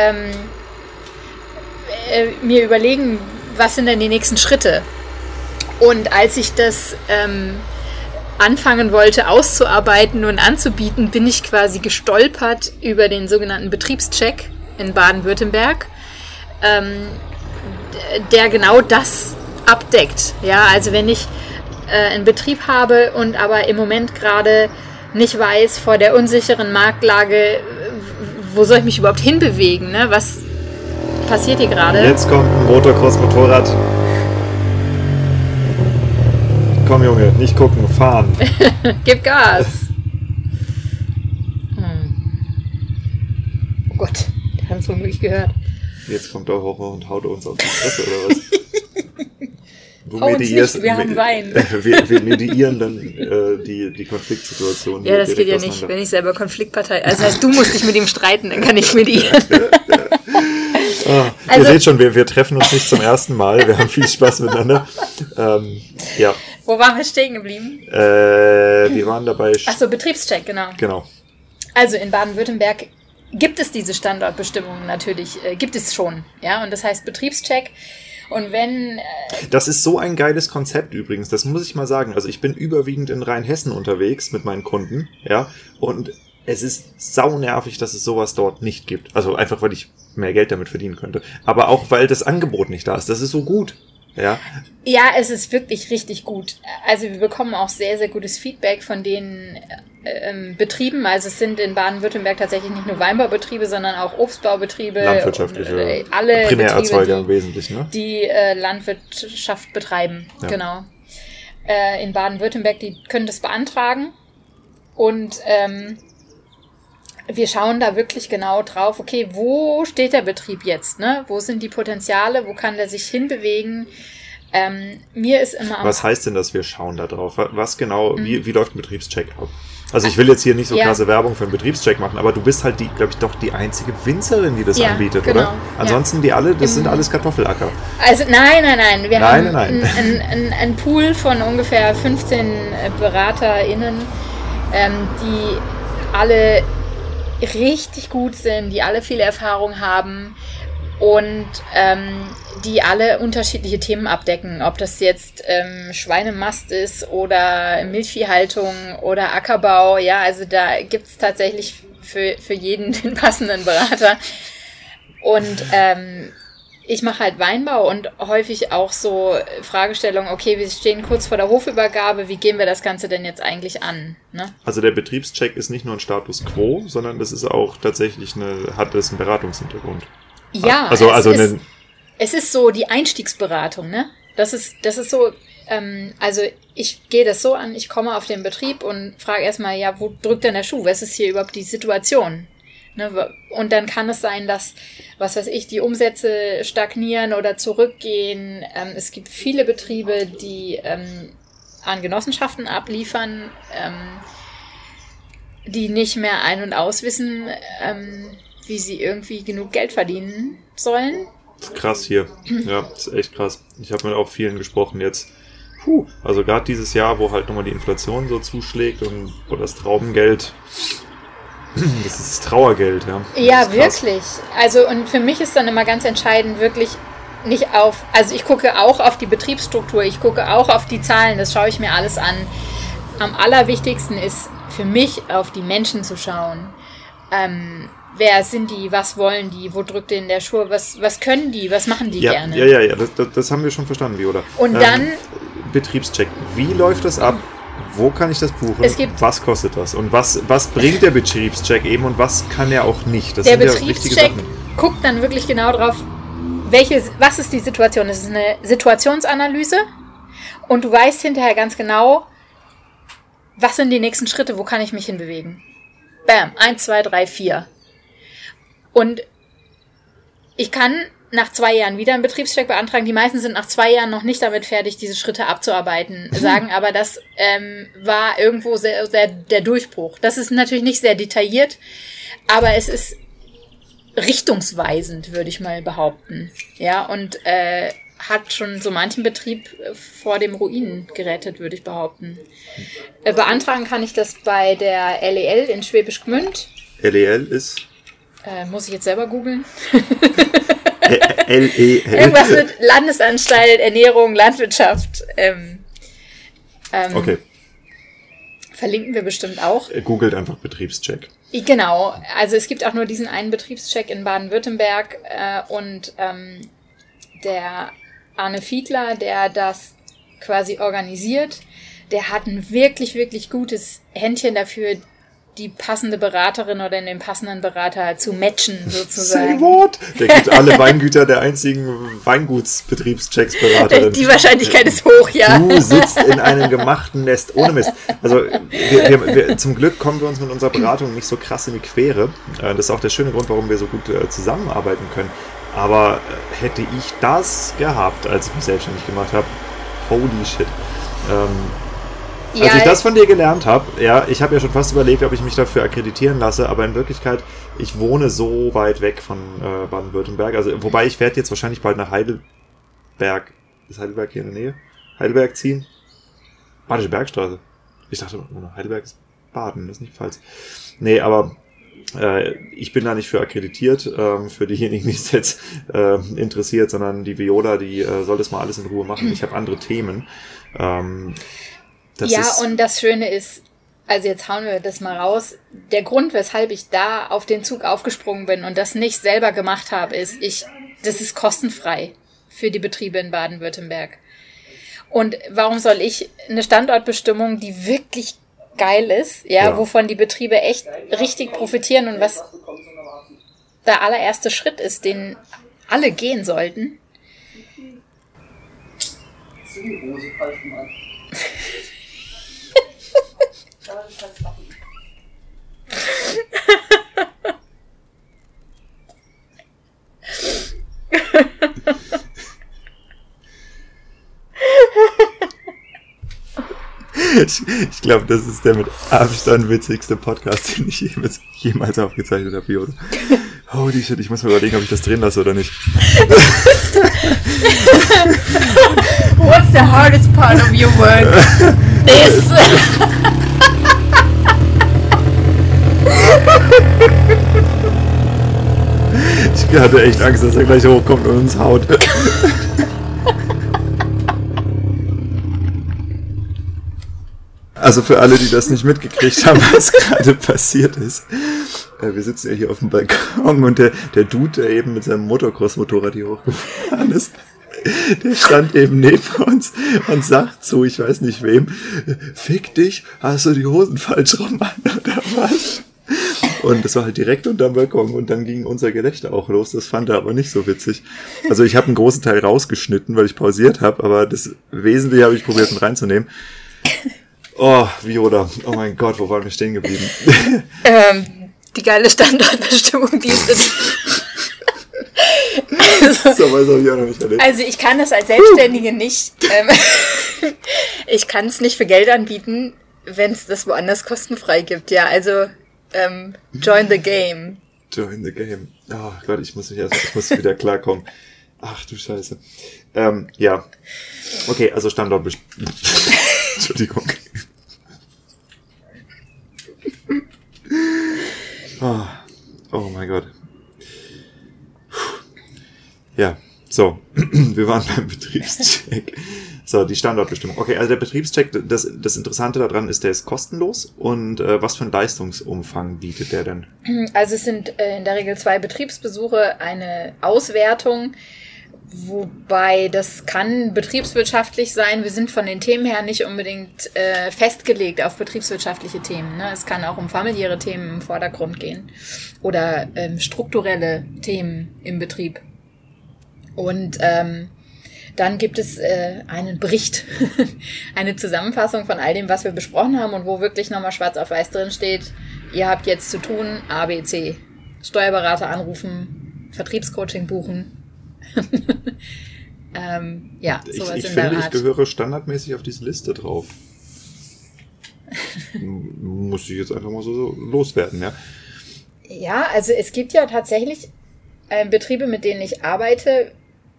mir überlegen, was sind denn die nächsten Schritte. Und als ich das anfangen wollte auszuarbeiten und anzubieten, bin ich quasi gestolpert über den sogenannten Betriebscheck in Baden-Württemberg, der genau das abdeckt. Ja, also wenn ich einen Betrieb habe und aber im Moment gerade nicht weiß, vor der unsicheren Marktlage, wo soll ich mich überhaupt hinbewegen, ne? Was passiert hier gerade? Jetzt kommt ein Motocross-Motorrad. Komm Junge, nicht gucken, fahren. Gib Gas. Oh Gott, der hat es womöglich gehört. Jetzt kommt der Horror und haut uns auf die Fresse, oder was? Hau uns nicht, wir haben Wein. Wir mediieren dann die Konfliktsituation. Ja, das geht ja nicht, wenn ich selber Konfliktpartei... Also das heißt, du musst dich mit ihm streiten, dann kann ich mediieren. Ihr seht schon, wir treffen uns nicht zum ersten Mal. Wir haben viel Spaß miteinander. Ja. Wo waren wir stehen geblieben? Wir waren dabei... Achso, Betriebscheck, genau. Genau. Also in Baden-Württemberg gibt es diese Standortbestimmungen natürlich, gibt es schon. Ja, und das heißt Betriebscheck. Und wenn... Das ist so ein geiles Konzept übrigens, das muss ich mal sagen. Also ich bin überwiegend in Rheinhessen unterwegs mit meinen Kunden, ja, und es ist saunervig, dass es sowas dort nicht gibt. Also einfach, weil ich mehr Geld damit verdienen könnte. Aber auch, weil das Angebot nicht da ist. Das ist so gut. Ja. Ja, es ist wirklich richtig gut. Also wir bekommen auch sehr, sehr gutes Feedback von den Betrieben. Also es sind in Baden-Württemberg tatsächlich nicht nur Weinbaubetriebe, sondern auch Obstbaubetriebe. Landwirtschaftliche alle Primärerzeuger Betriebe, im Wesentlichen, ne? Die Landwirtschaft betreiben. Ja. Genau. In Baden-Württemberg, die können das beantragen. Und wir schauen da wirklich genau drauf, okay, wo steht der Betrieb jetzt, ne? Wo sind die Potenziale, wo kann der sich hinbewegen? Mir ist immer... Was heißt denn, dass wir schauen da drauf? Was genau, wie läuft ein Betriebscheck ab? Also ich will jetzt hier nicht so krasse Werbung für einen Betriebscheck machen, aber du bist halt glaube ich, doch die einzige Winzerin, die das anbietet, genau, oder? Ansonsten die alle, das sind alles Kartoffelacker. Also nein. Wir haben einen Pool von ungefähr 15 BeraterInnen, die alle richtig gut sind, die alle viel Erfahrung haben und die alle unterschiedliche Themen abdecken. Ob das jetzt Schweinemast ist oder Milchviehhaltung oder Ackerbau. Ja, also da gibt es tatsächlich für jeden den passenden Berater. Und ich mache halt Weinbau und häufig auch so Fragestellungen, okay, wir stehen kurz vor der Hofübergabe, wie gehen wir das Ganze denn jetzt eigentlich an? Ne? Also der Betriebscheck ist nicht nur ein Status Quo, sondern das ist auch tatsächlich hat das einen Beratungshintergrund. Ja, es ist so die Einstiegsberatung, ne? Das ist so, also ich gehe das so an, ich komme auf den Betrieb und frage erstmal, ja, wo drückt denn der Schuh? Was ist hier überhaupt die Situation? Ne? Und dann kann es sein, dass, was weiß ich, die Umsätze stagnieren oder zurückgehen. Es gibt viele Betriebe, die an Genossenschaften abliefern, die nicht mehr ein- und auswissen, wie sie irgendwie genug Geld verdienen sollen. Das ist krass hier. Ja, das ist echt krass. Ich habe mit auch vielen gesprochen jetzt. Also gerade dieses Jahr, wo halt nochmal die Inflation so zuschlägt und wo das Traumgeld, das ist Trauergeld, ja. Ja, wirklich. Also und für mich ist dann immer ganz entscheidend, wirklich nicht also ich gucke auch auf die Betriebsstruktur, ich gucke auch auf die Zahlen, das schaue ich mir alles an. Am allerwichtigsten ist für mich, auf die Menschen zu schauen. Wer sind die, was wollen die, wo drückt denen der Schuh, was können die, was machen die gerne? Ja, das haben wir schon verstanden, Viola. Und dann Betriebscheck. Wie läuft das ab? Wo kann ich das buchen? Was kostet das? Und was bringt der Betriebscheck eben und was kann er auch nicht? Das der Betriebscheck guckt dann wirklich genau drauf, was ist die Situation? Es ist eine Situationsanalyse und du weißt hinterher ganz genau, was sind die nächsten Schritte, wo kann ich mich hinbewegen? Bam, 1, 2, 3, 4. Und ich kann nach 2 Jahren wieder einen Betriebscheck beantragen. Die meisten sind nach 2 Jahren noch nicht damit fertig, diese Schritte abzuarbeiten, sagen aber, das war irgendwo sehr, sehr der Durchbruch. Das ist natürlich nicht sehr detailliert, aber es ist richtungsweisend, würde ich mal behaupten. Ja, und hat schon so manchen Betrieb vor dem Ruin gerettet, würde ich behaupten. Beantragen kann ich das bei der LEL in Schwäbisch Gmünd. LEL ist? Muss ich jetzt selber googeln? LEL. Irgendwas mit Landesanstalt, Ernährung, Landwirtschaft. Okay. Verlinken wir bestimmt auch. Googelt einfach Betriebscheck. Genau. Also es gibt auch nur diesen einen Betriebscheck in Baden-Württemberg und der Arne Fiedler, der das quasi organisiert, der hat ein wirklich, wirklich gutes Händchen dafür, die passende Beraterin oder den passenden Berater zu matchen, sozusagen. Wort. Der gibt alle Weingüter der einzigen Weingutsbetriebschecks-Beraterin. Die Wahrscheinlichkeit ist hoch, ja. Du sitzt in einem gemachten Nest, ohne Mist. Also wir zum Glück kommen wir uns mit unserer Beratung nicht so krass in die Quere. Das ist auch der schöne Grund, warum wir so gut zusammenarbeiten können. Aber hätte ich das gehabt, als ich mich selbstständig gemacht habe, holy shit. Als ich das von dir gelernt habe, ich habe ja schon fast überlegt, ob ich mich dafür akkreditieren lasse, aber in Wirklichkeit, ich wohne so weit weg von Baden-Württemberg, also wobei ich werde jetzt wahrscheinlich bald nach Heidelberg, ist Heidelberg hier in der Nähe? Heidelberg ziehen? Badische Bergstraße. Ich dachte, Heidelberg ist Baden, das ist nicht Pfalz. Nee, aber ich bin da nicht für akkreditiert, für diejenigen, die es jetzt interessiert, sondern die Viola, die soll das mal alles in Ruhe machen. Ich habe andere Themen. Und das Schöne ist, also jetzt hauen wir das mal raus, der Grund, weshalb ich da auf den Zug aufgesprungen bin und das nicht selber gemacht habe, ist, das ist kostenfrei für die Betriebe in Baden-Württemberg. Und warum soll ich eine Standortbestimmung, die wirklich geil ist, wovon die Betriebe echt richtig profitieren und was der allererste Schritt ist, den alle gehen sollten. Ich glaube, das ist der mit Abstand witzigste Podcast, den ich jemals aufgezeichnet habe, Viola. Holy shit, ich muss mir überlegen, ob ich das drehen lasse oder nicht. What's the hardest part of your work? This. Ich hatte echt Angst, dass er gleich hochkommt und uns haut. Also für alle, die das nicht mitgekriegt haben, was gerade passiert ist. Wir sitzen ja hier auf dem Balkon und der Dude, der eben mit seinem Motocross-Motorrad hier hochgefahren ist, der stand eben neben uns und sagt so, ich weiß nicht wem, fick dich, hast du die Hosen falsch rum an oder was? Und das war halt direkt unterm Balkon und dann ging unser Gelächter auch los. Das fand er aber nicht so witzig. Also ich habe einen großen Teil rausgeschnitten, weil ich pausiert habe, aber das Wesentliche habe ich probiert mit reinzunehmen. Oh, Viola. Oh mein Gott, wo waren wir stehen geblieben? Die geile Standortbestimmung, die ist so was habe ich auch noch nicht erlebt. Also ich kann das als Selbstständige nicht. Ich kann es nicht für Geld anbieten, wenn es das woanders kostenfrei gibt. Ja, also join the game. Join the game. Oh Gott, ich muss wieder klarkommen. Ach du Scheiße. Ja. Okay, also Standort Entschuldigung. Oh mein Gott. Ja, so. Wir waren beim Betriebscheck. So, die Standortbestimmung. Okay, also der Betriebscheck, das Interessante daran ist, der ist kostenlos. Und was für einen Leistungsumfang bietet der denn? Also es sind in der Regel 2 Betriebsbesuche, eine Auswertung, wobei das kann betriebswirtschaftlich sein. Wir sind von den Themen her nicht unbedingt festgelegt auf betriebswirtschaftliche Themen. Ne? Es kann auch um familiäre Themen im Vordergrund gehen oder strukturelle Themen im Betrieb. Und dann gibt es einen Bericht, eine Zusammenfassung von all dem, was wir besprochen haben und wo wirklich nochmal schwarz auf weiß drin steht, ihr habt jetzt zu tun, A, B, C. Steuerberater anrufen, Vertriebscoaching buchen. Ja, sowas ich in der finde, Art. Ich gehöre standardmäßig auf diese Liste drauf. Muss ich jetzt einfach mal so loswerden, ja? Ja, also es gibt ja tatsächlich Betriebe, mit denen ich arbeite,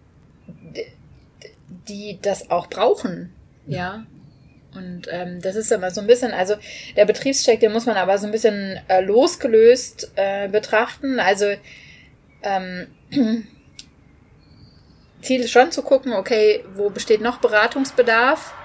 die das auch brauchen, ja. Und das ist immer so ein bisschen, also der Betriebscheck, den muss man aber so ein bisschen losgelöst betrachten. Also Ziel ist schon zu gucken, okay, wo besteht noch Beratungsbedarf?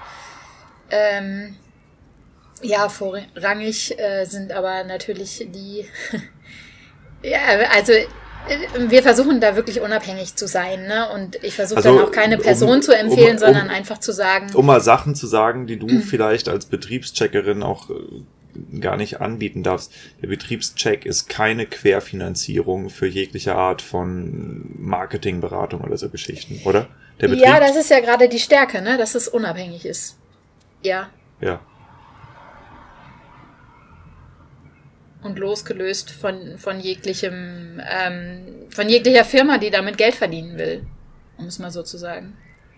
Ja, vorrangig sind aber natürlich die, ja, also wir versuchen da wirklich unabhängig zu sein, ne? Und ich versuche dann auch keine Person zu empfehlen, sondern einfach zu sagen. Um mal Sachen zu sagen, die du vielleicht als Betriebscheckerin auch gar nicht anbieten darfst. Der Betriebscheck ist keine Querfinanzierung für jegliche Art von Marketingberatung oder so Geschichten, oder? Ja, das ist ja gerade die Stärke, ne? Dass es unabhängig ist. Ja. Ja. Und losgelöst von jeglichem, von jeglicher Firma, die damit Geld verdienen will, um es mal so zu sagen.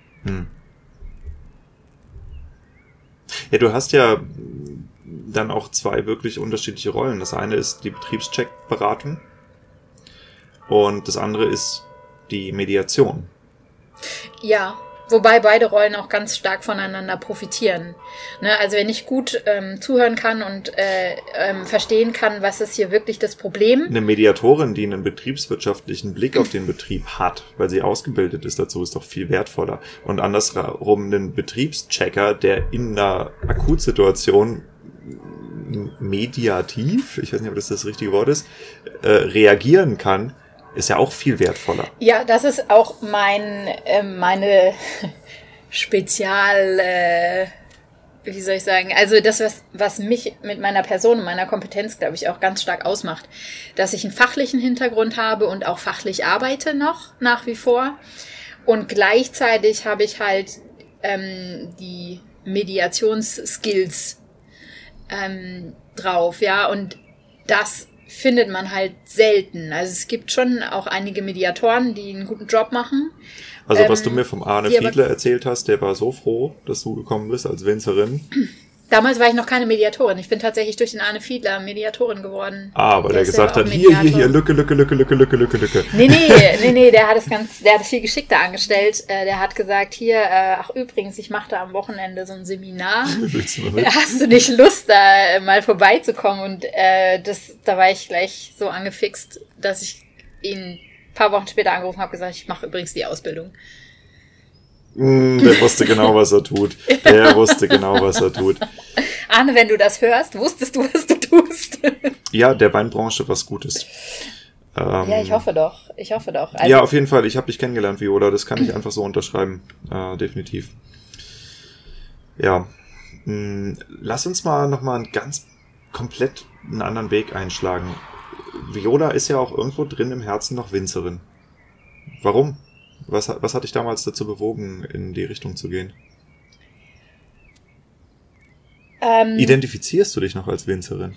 Ja, du hast ja dann auch 2 wirklich unterschiedliche Rollen. Das eine ist die Betriebscheckberatung und das andere ist die Mediation. Ja, wobei beide Rollen auch ganz stark voneinander profitieren. Ne, also wenn ich gut zuhören kann und verstehen kann, was ist hier wirklich das Problem. Eine Mediatorin, die einen betriebswirtschaftlichen Blick auf den Betrieb hat, weil sie ausgebildet ist dazu, ist doch viel wertvoller. Und andersrum einen Betriebschecker, der in einer Akutsituation mediativ, ich weiß nicht, ob das richtige Wort ist, reagieren kann, ist ja auch viel wertvoller. Ja, das ist auch meine wie soll ich sagen, also das, was mich mit meiner Person und meiner Kompetenz, glaube ich, auch ganz stark ausmacht, dass ich einen fachlichen Hintergrund habe und auch fachlich arbeite noch, nach wie vor. Und gleichzeitig habe ich halt die Mediationsskills drauf, ja, und das findet man halt selten. Also es gibt schon auch einige Mediatoren, die einen guten Job machen. Also was du mir vom Arne Fiedler erzählt hast, der war so froh, dass du gekommen bist als Winzerin. Damals war ich noch keine Mediatorin. Ich bin tatsächlich durch den Arne Fiedler Mediatorin geworden. Ah, weil der gesagt hat, hier, Lücke. Nee, der hat es viel geschickter angestellt. Der hat gesagt, hier, ach übrigens, ich mache da am Wochenende so ein Seminar. Hast du nicht Lust, da mal vorbeizukommen? Und da war ich gleich so angefixt, dass ich ihn ein paar Wochen später angerufen habe, gesagt, ich mache übrigens die Ausbildung. Der wusste genau, was er tut. Arne, wenn du das hörst, wusstest du, was du tust. Ja, der Weinbranche was Gutes. Ja, ich hoffe doch. Also, ja, auf jeden Fall. Ich habe dich kennengelernt, Viola. Das kann ich einfach so unterschreiben. Definitiv. Ja. Lass uns mal nochmal einen ganz komplett einen anderen Weg einschlagen. Viola ist ja auch irgendwo drin im Herzen noch Winzerin. Warum? Was hat dich damals dazu bewogen, in die Richtung zu gehen? Identifizierst du dich noch als Winzerin?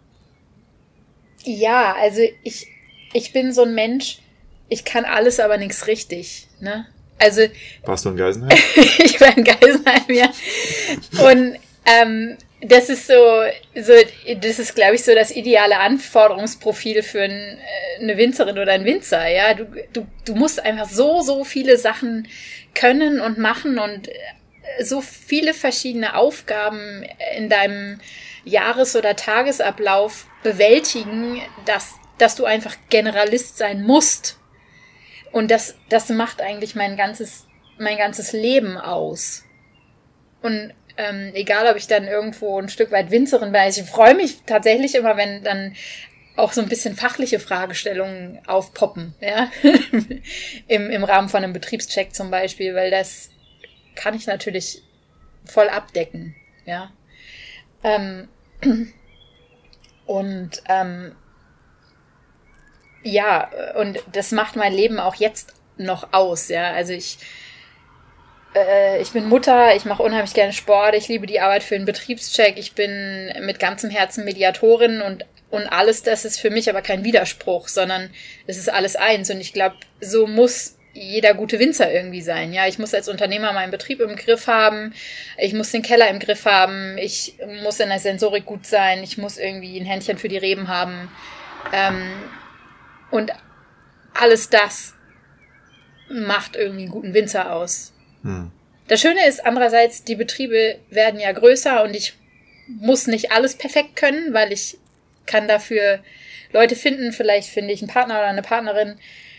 Ja, also ich bin so ein Mensch, ich kann alles, aber nichts richtig, ne? Also warst du in Geisenheim? Ich war in Geisenheim, ja. Und das ist das ist, glaube ich, so das ideale Anforderungsprofil für eine Winzerin oder ein Winzer, ja. Du musst einfach so viele Sachen können und machen und so viele verschiedene Aufgaben in deinem Jahres- oder Tagesablauf bewältigen, dass du einfach Generalist sein musst. Und das macht eigentlich mein ganzes Leben aus. Und egal, ob ich dann irgendwo ein Stück weit Winzerin bin, ich freue mich tatsächlich immer, wenn dann auch so ein bisschen fachliche Fragestellungen aufpoppen, ja, im Rahmen von einem Betriebscheck zum Beispiel, weil das kann ich natürlich voll abdecken, ja. Und das macht mein Leben auch jetzt noch aus, ja. Also ich bin Mutter, ich mache unheimlich gerne Sport, ich liebe die Arbeit für den Betriebscheck, ich bin mit ganzem Herzen Mediatorin und alles das ist für mich aber kein Widerspruch, sondern es ist alles eins und ich glaube, so muss jeder gute Winzer irgendwie sein. Ja, ich muss als Unternehmer meinen Betrieb im Griff haben, ich muss den Keller im Griff haben, ich muss in der Sensorik gut sein, ich muss irgendwie ein Händchen für die Reben haben und alles das macht irgendwie einen guten Winzer aus. Das Schöne ist andererseits, die Betriebe werden ja größer und ich muss nicht alles perfekt können, weil ich kann dafür Leute finden, vielleicht finde ich einen Partner oder eine Partnerin,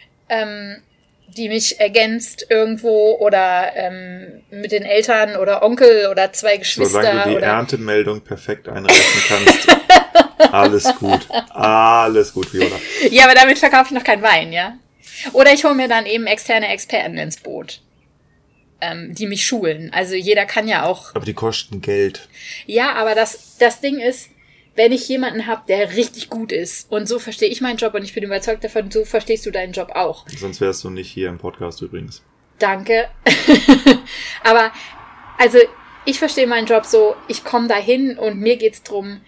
die mich ergänzt irgendwo oder mit den Eltern oder Onkel oder zwei Geschwister. Solange du die Erntemeldung perfekt einreichen kannst, alles gut, Viola. Ja, aber damit verkaufe ich noch keinen Wein, ja? Oder ich hole mir dann eben externe Experten ins Boot. Die mich schulen. Also jeder kann ja auch... Aber die kosten Geld. Ja, aber das Ding ist, wenn ich jemanden habe, der richtig gut ist und so verstehe ich meinen Job und ich bin überzeugt davon, so verstehst du deinen Job auch. Sonst wärst du nicht hier im Podcast übrigens. Danke. Aber also ich verstehe meinen Job so, ich komme dahin und mir geht's drum,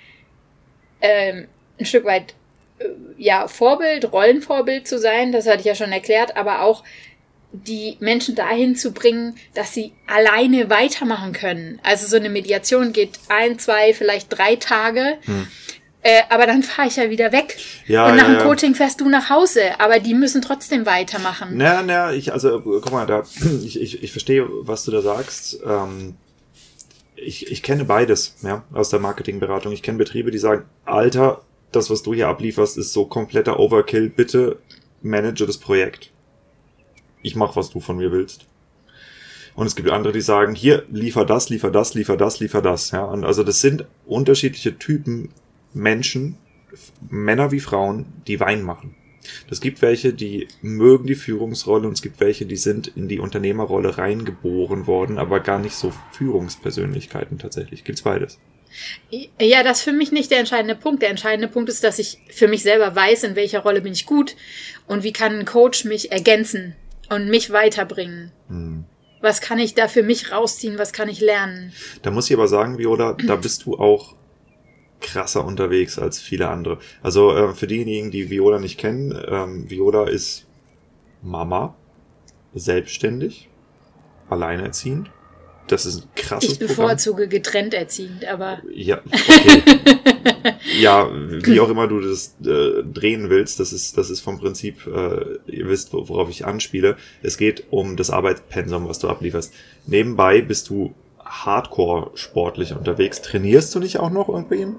ein Stück weit Rollenvorbild zu sein, das hatte ich ja schon erklärt, aber auch die Menschen dahin zu bringen, dass sie alleine weitermachen können. Also so eine Mediation geht 1, 2, vielleicht 3 Tage, aber dann fahre ich ja wieder weg. Ja, und nach dem Coaching fährst du nach Hause, aber die müssen trotzdem weitermachen. Guck mal, ich verstehe, was du da sagst. Ich kenne beides, ja, aus der Marketingberatung. Ich kenne Betriebe, die sagen, Alter, das, was du hier ablieferst, ist so kompletter Overkill. Bitte manage das Projekt. Ich mach, was du von mir willst. Und es gibt andere, die sagen, hier, liefer das. Ja, und also das sind unterschiedliche Typen Menschen, Männer wie Frauen, die Wein machen. Es gibt welche, die mögen die Führungsrolle und es gibt welche, die sind in die Unternehmerrolle reingeboren worden, aber gar nicht so Führungspersönlichkeiten tatsächlich. Gibt's beides. Ja, das ist für mich nicht der entscheidende Punkt. Der entscheidende Punkt ist, dass ich für mich selber weiß, in welcher Rolle bin ich gut und wie kann ein Coach mich ergänzen und mich weiterbringen. Was kann ich da für mich rausziehen? Was kann ich lernen? Da muss ich aber sagen, Viola, da bist du auch krasser unterwegs als viele andere. Also für diejenigen, die Viola nicht kennen, Viola ist Mama, selbstständig, alleinerziehend. Das ist ein krasses Ich bevorzuge getrennt erziehend, aber... Ja, okay. Ja, wie auch immer du das drehen willst, das ist vom Prinzip, ihr wisst, worauf ich anspiele. Es geht um das Arbeitspensum, was du ablieferst. Nebenbei bist du hardcore sportlich unterwegs. Trainierst du nicht auch noch irgendwen?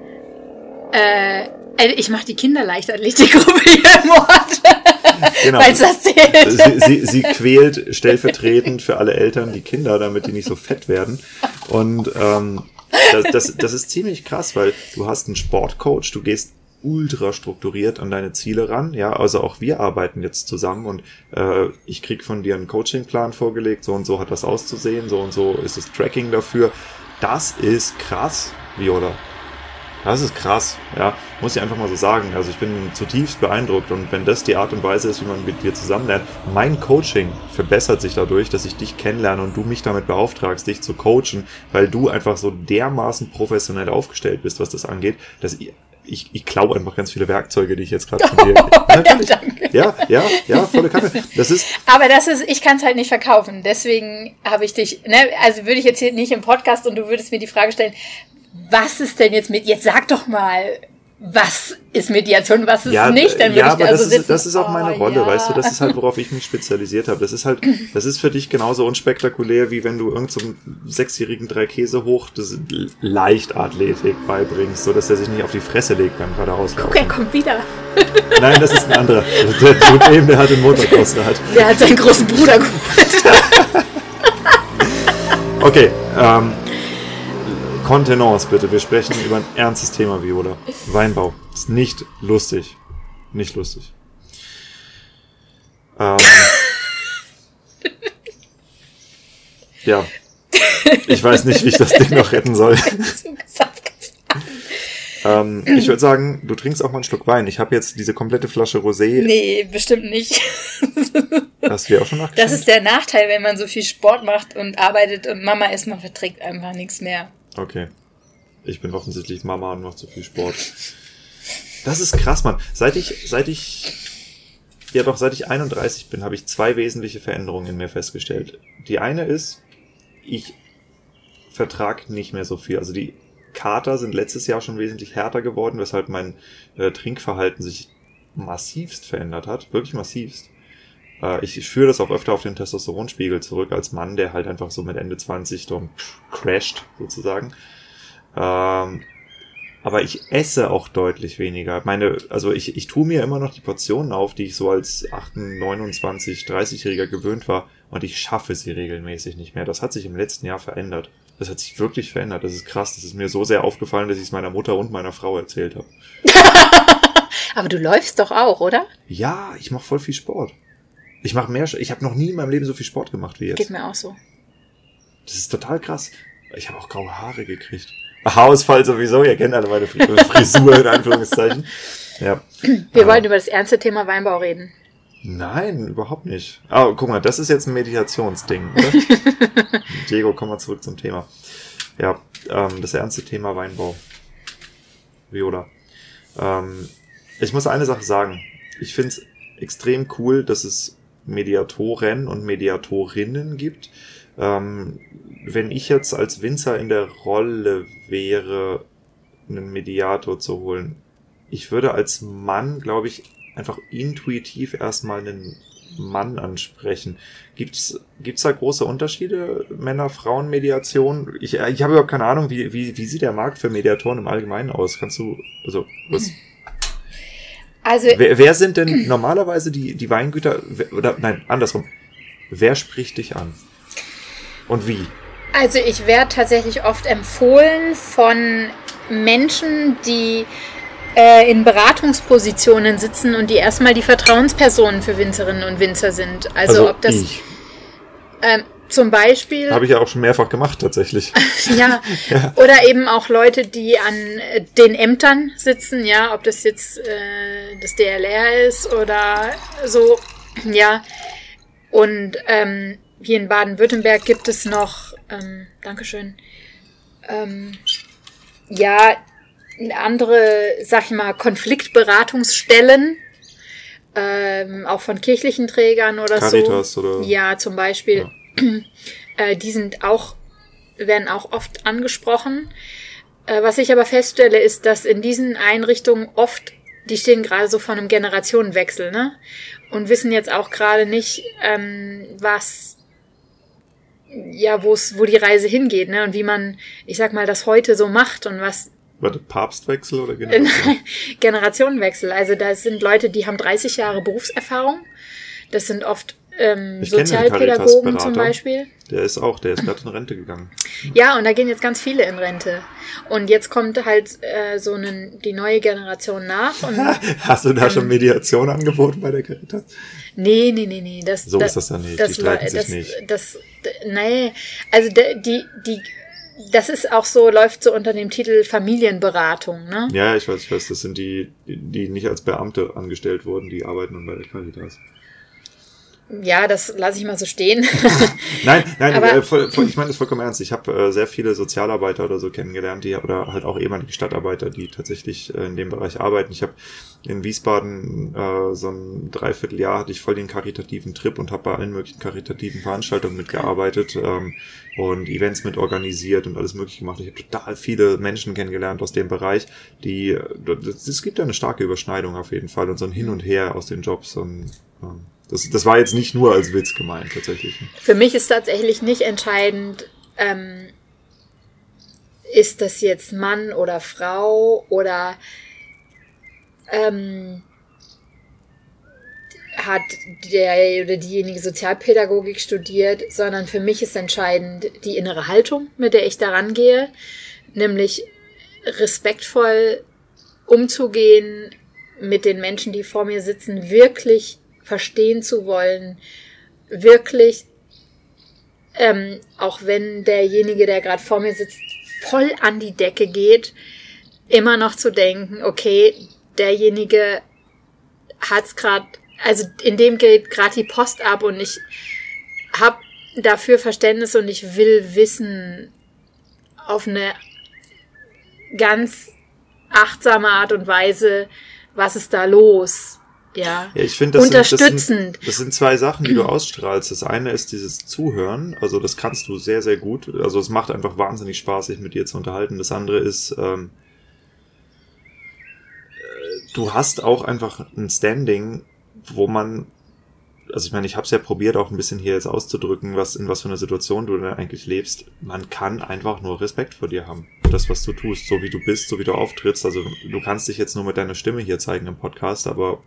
Ich mache die Kinderleichtathletikgruppe hier im Ort. Genau. Falls das zählt. Sie quält stellvertretend für alle Eltern die Kinder, damit die nicht so fett werden. Und das ist ziemlich krass, weil du hast einen Sportcoach, du gehst ultra strukturiert an deine Ziele ran. Ja, also auch wir arbeiten jetzt zusammen und ich krieg von dir einen Coachingplan vorgelegt, so und so hat das auszusehen, so und so ist das Tracking dafür. Das ist krass, Viola. Das ist krass, ja, muss ich einfach mal so sagen. Also ich bin zutiefst beeindruckt und wenn das die Art und Weise ist, wie man mit dir zusammenlernt, mein Coaching verbessert sich dadurch, dass ich dich kennenlerne und du mich damit beauftragst, dich zu coachen, weil du einfach so dermaßen professionell aufgestellt bist, was das angeht, dass ich klaue einfach ganz viele Werkzeuge, die ich jetzt gerade von dir... Natürlich. Ja, volle Kanne. Aber ich kann es halt nicht verkaufen, deswegen habe ich dich, also würde ich jetzt hier nicht im Podcast und du würdest mir die Frage stellen, was ist denn jetzt sag doch mal, was ist Mediation, was ist nicht? Dann aber das ist auch meine Rolle, weißt du, das ist halt, worauf ich mich spezialisiert habe. Das ist für dich genauso unspektakulär, wie wenn du irgendeinem 6-jährigen 3 Käse hoch das Leichtathletik beibringst, so dass er sich nicht auf die Fresse legt beim geradeauslaufen. Guck, er kommt wieder. Nein, das ist ein anderer. Der hat den Motocross gehabt. Der hat seinen großen Bruder geholt. Okay, Kontenance bitte. Wir sprechen über ein ernstes Thema, Viola. Weinbau. Ist nicht lustig. Nicht lustig. Ja. Ich weiß nicht, wie ich das Ding noch retten soll. Ich würde sagen, du trinkst auch mal einen Schluck Wein. Ich habe jetzt diese komplette Flasche Rosé. Nee, bestimmt nicht. Hast du ja auch schon nachgeschaut? Das ist der Nachteil, wenn man so viel Sport macht und arbeitet und Mama ist, man verträgt einfach nichts mehr. Okay. Ich bin offensichtlich Mama und mache zu viel Sport. Das ist krass, Mann. Seit ich 31 bin, habe ich 2 wesentliche Veränderungen in mir festgestellt. Die eine ist, ich vertrage nicht mehr so viel. Also die Kater sind letztes Jahr schon wesentlich härter geworden, weshalb mein Trinkverhalten sich massivst verändert hat. Wirklich massivst. Ich führe das auch öfter auf den Testosteronspiegel zurück als Mann, der halt einfach so mit Ende 20 dann crasht, sozusagen. Aber ich esse auch deutlich weniger. Ich tue mir immer noch die Portionen auf, die ich so als 28, 29, 30-Jähriger gewöhnt war, und ich schaffe sie regelmäßig nicht mehr. Das hat sich im letzten Jahr verändert. Das hat sich wirklich verändert. Das ist krass. Das ist mir so sehr aufgefallen, dass ich es meiner Mutter und meiner Frau erzählt habe. Aber du läufst doch auch, oder? Ja, ich mache voll viel Sport. Ich mache mehr. Ich habe noch nie in meinem Leben so viel Sport gemacht wie jetzt. Geht mir auch so. Das ist total krass. Ich habe auch graue Haare gekriegt. Haarausfall sowieso. Ihr kennt alle meine Frisur in Anführungszeichen. Ja. Wir wollten über das ernste Thema Weinbau reden. Nein, überhaupt nicht. Ah, guck mal, das ist jetzt ein Meditationsding, oder? Diego, komm mal zurück zum Thema. Ja, das ernste Thema Weinbau. Viola. Ich muss eine Sache sagen. Ich finde es extrem cool, dass es Mediatoren und Mediatorinnen gibt. Wenn ich jetzt als Winzer in der Rolle wäre, einen Mediator zu holen, ich würde als Mann, glaube ich, einfach intuitiv erstmal einen Mann ansprechen. Gibt's da große Unterschiede, Männer-Frauen-Mediation? Ich habe überhaupt keine Ahnung, wie sieht der Markt für Mediatoren im Allgemeinen aus? Wer sind denn normalerweise die Weingüter, andersrum, wer spricht dich an? Und wie? Also ich werde tatsächlich oft empfohlen von Menschen, die in Beratungspositionen sitzen und die erstmal die Vertrauenspersonen für Winzerinnen und Winzer sind. Also ob das zum Beispiel... Habe ich ja auch schon mehrfach gemacht, tatsächlich. Ja, oder eben auch Leute, die an den Ämtern sitzen, ja, ob das jetzt das DLR ist oder so, ja. Und hier in Baden-Württemberg gibt es noch, Dankeschön, andere, sag ich mal, Konfliktberatungsstellen, auch von kirchlichen Trägern oder Caritas so. Oder? Ja, zum Beispiel. Ja. Die werden auch oft angesprochen. Was ich aber feststelle, ist, dass in diesen Einrichtungen oft, die stehen gerade so vor einem Generationenwechsel, ne? Und wissen jetzt auch gerade nicht, wo die Reise hingeht, ne? Und wie man, ich sag mal, das heute so macht und was. Warte, Papstwechsel oder Generation? Generationenwechsel. Also da sind Leute, die haben 30 Jahre Berufserfahrung. Das sind oft Sozialpädagogen zum Beispiel. Der ist gerade in Rente gegangen. Ja, und da gehen jetzt ganz viele in Rente. Und jetzt kommt halt die neue Generation nach. Und, hast du da schon Mediation angeboten bei der Caritas? Nee. So ist das dann nicht. Die streiten sich nicht. Nee, also das ist auch so, läuft so unter dem Titel Familienberatung, ne? Ja, ich weiß, das sind die nicht als Beamte angestellt wurden, die arbeiten dann bei der Caritas. Ja, das lasse ich mal so stehen. Nein, Aber ich meine das vollkommen ernst. Ich habe sehr viele Sozialarbeiter oder so kennengelernt, oder halt auch ehemalige Stadtarbeiter, die tatsächlich in dem Bereich arbeiten. Ich habe in Wiesbaden so ein Dreivierteljahr hatte ich voll den karitativen Trip und habe bei allen möglichen karitativen Veranstaltungen mitgearbeitet und Events mit organisiert und alles mögliche gemacht. Ich habe total viele Menschen kennengelernt aus dem Bereich, es gibt ja eine starke Überschneidung auf jeden Fall und so ein Hin und Her aus den Jobs und das war jetzt nicht nur als Witz gemeint, tatsächlich. Für mich ist tatsächlich nicht entscheidend, ist das jetzt Mann oder Frau oder hat der oder diejenige Sozialpädagogik studiert, sondern für mich ist entscheidend die innere Haltung, mit der ich daran gehe, nämlich respektvoll umzugehen mit den Menschen, die vor mir sitzen, wirklich verstehen zu wollen, wirklich, auch wenn derjenige, der gerade vor mir sitzt, voll an die Decke geht, immer noch zu denken, okay, derjenige hat's gerade, also in dem geht gerade die Post ab und ich habe dafür Verständnis und ich will wissen, auf eine ganz achtsame Art und Weise, was ist da los? Ja, ich finde, unterstützend. Das sind zwei Sachen, die du ausstrahlst. Das eine ist dieses Zuhören, also das kannst du sehr, sehr gut. Also es macht einfach wahnsinnig Spaß, sich mit dir zu unterhalten. Das andere ist, du hast auch einfach ein Standing, wo man, also ich meine, ich habe es ja probiert, auch ein bisschen hier jetzt auszudrücken, in was für einer Situation du denn eigentlich lebst. Man kann einfach nur Respekt vor dir haben. Das, was du tust, so wie du bist, so wie du auftrittst. Also du kannst dich jetzt nur mit deiner Stimme hier zeigen im Podcast, aber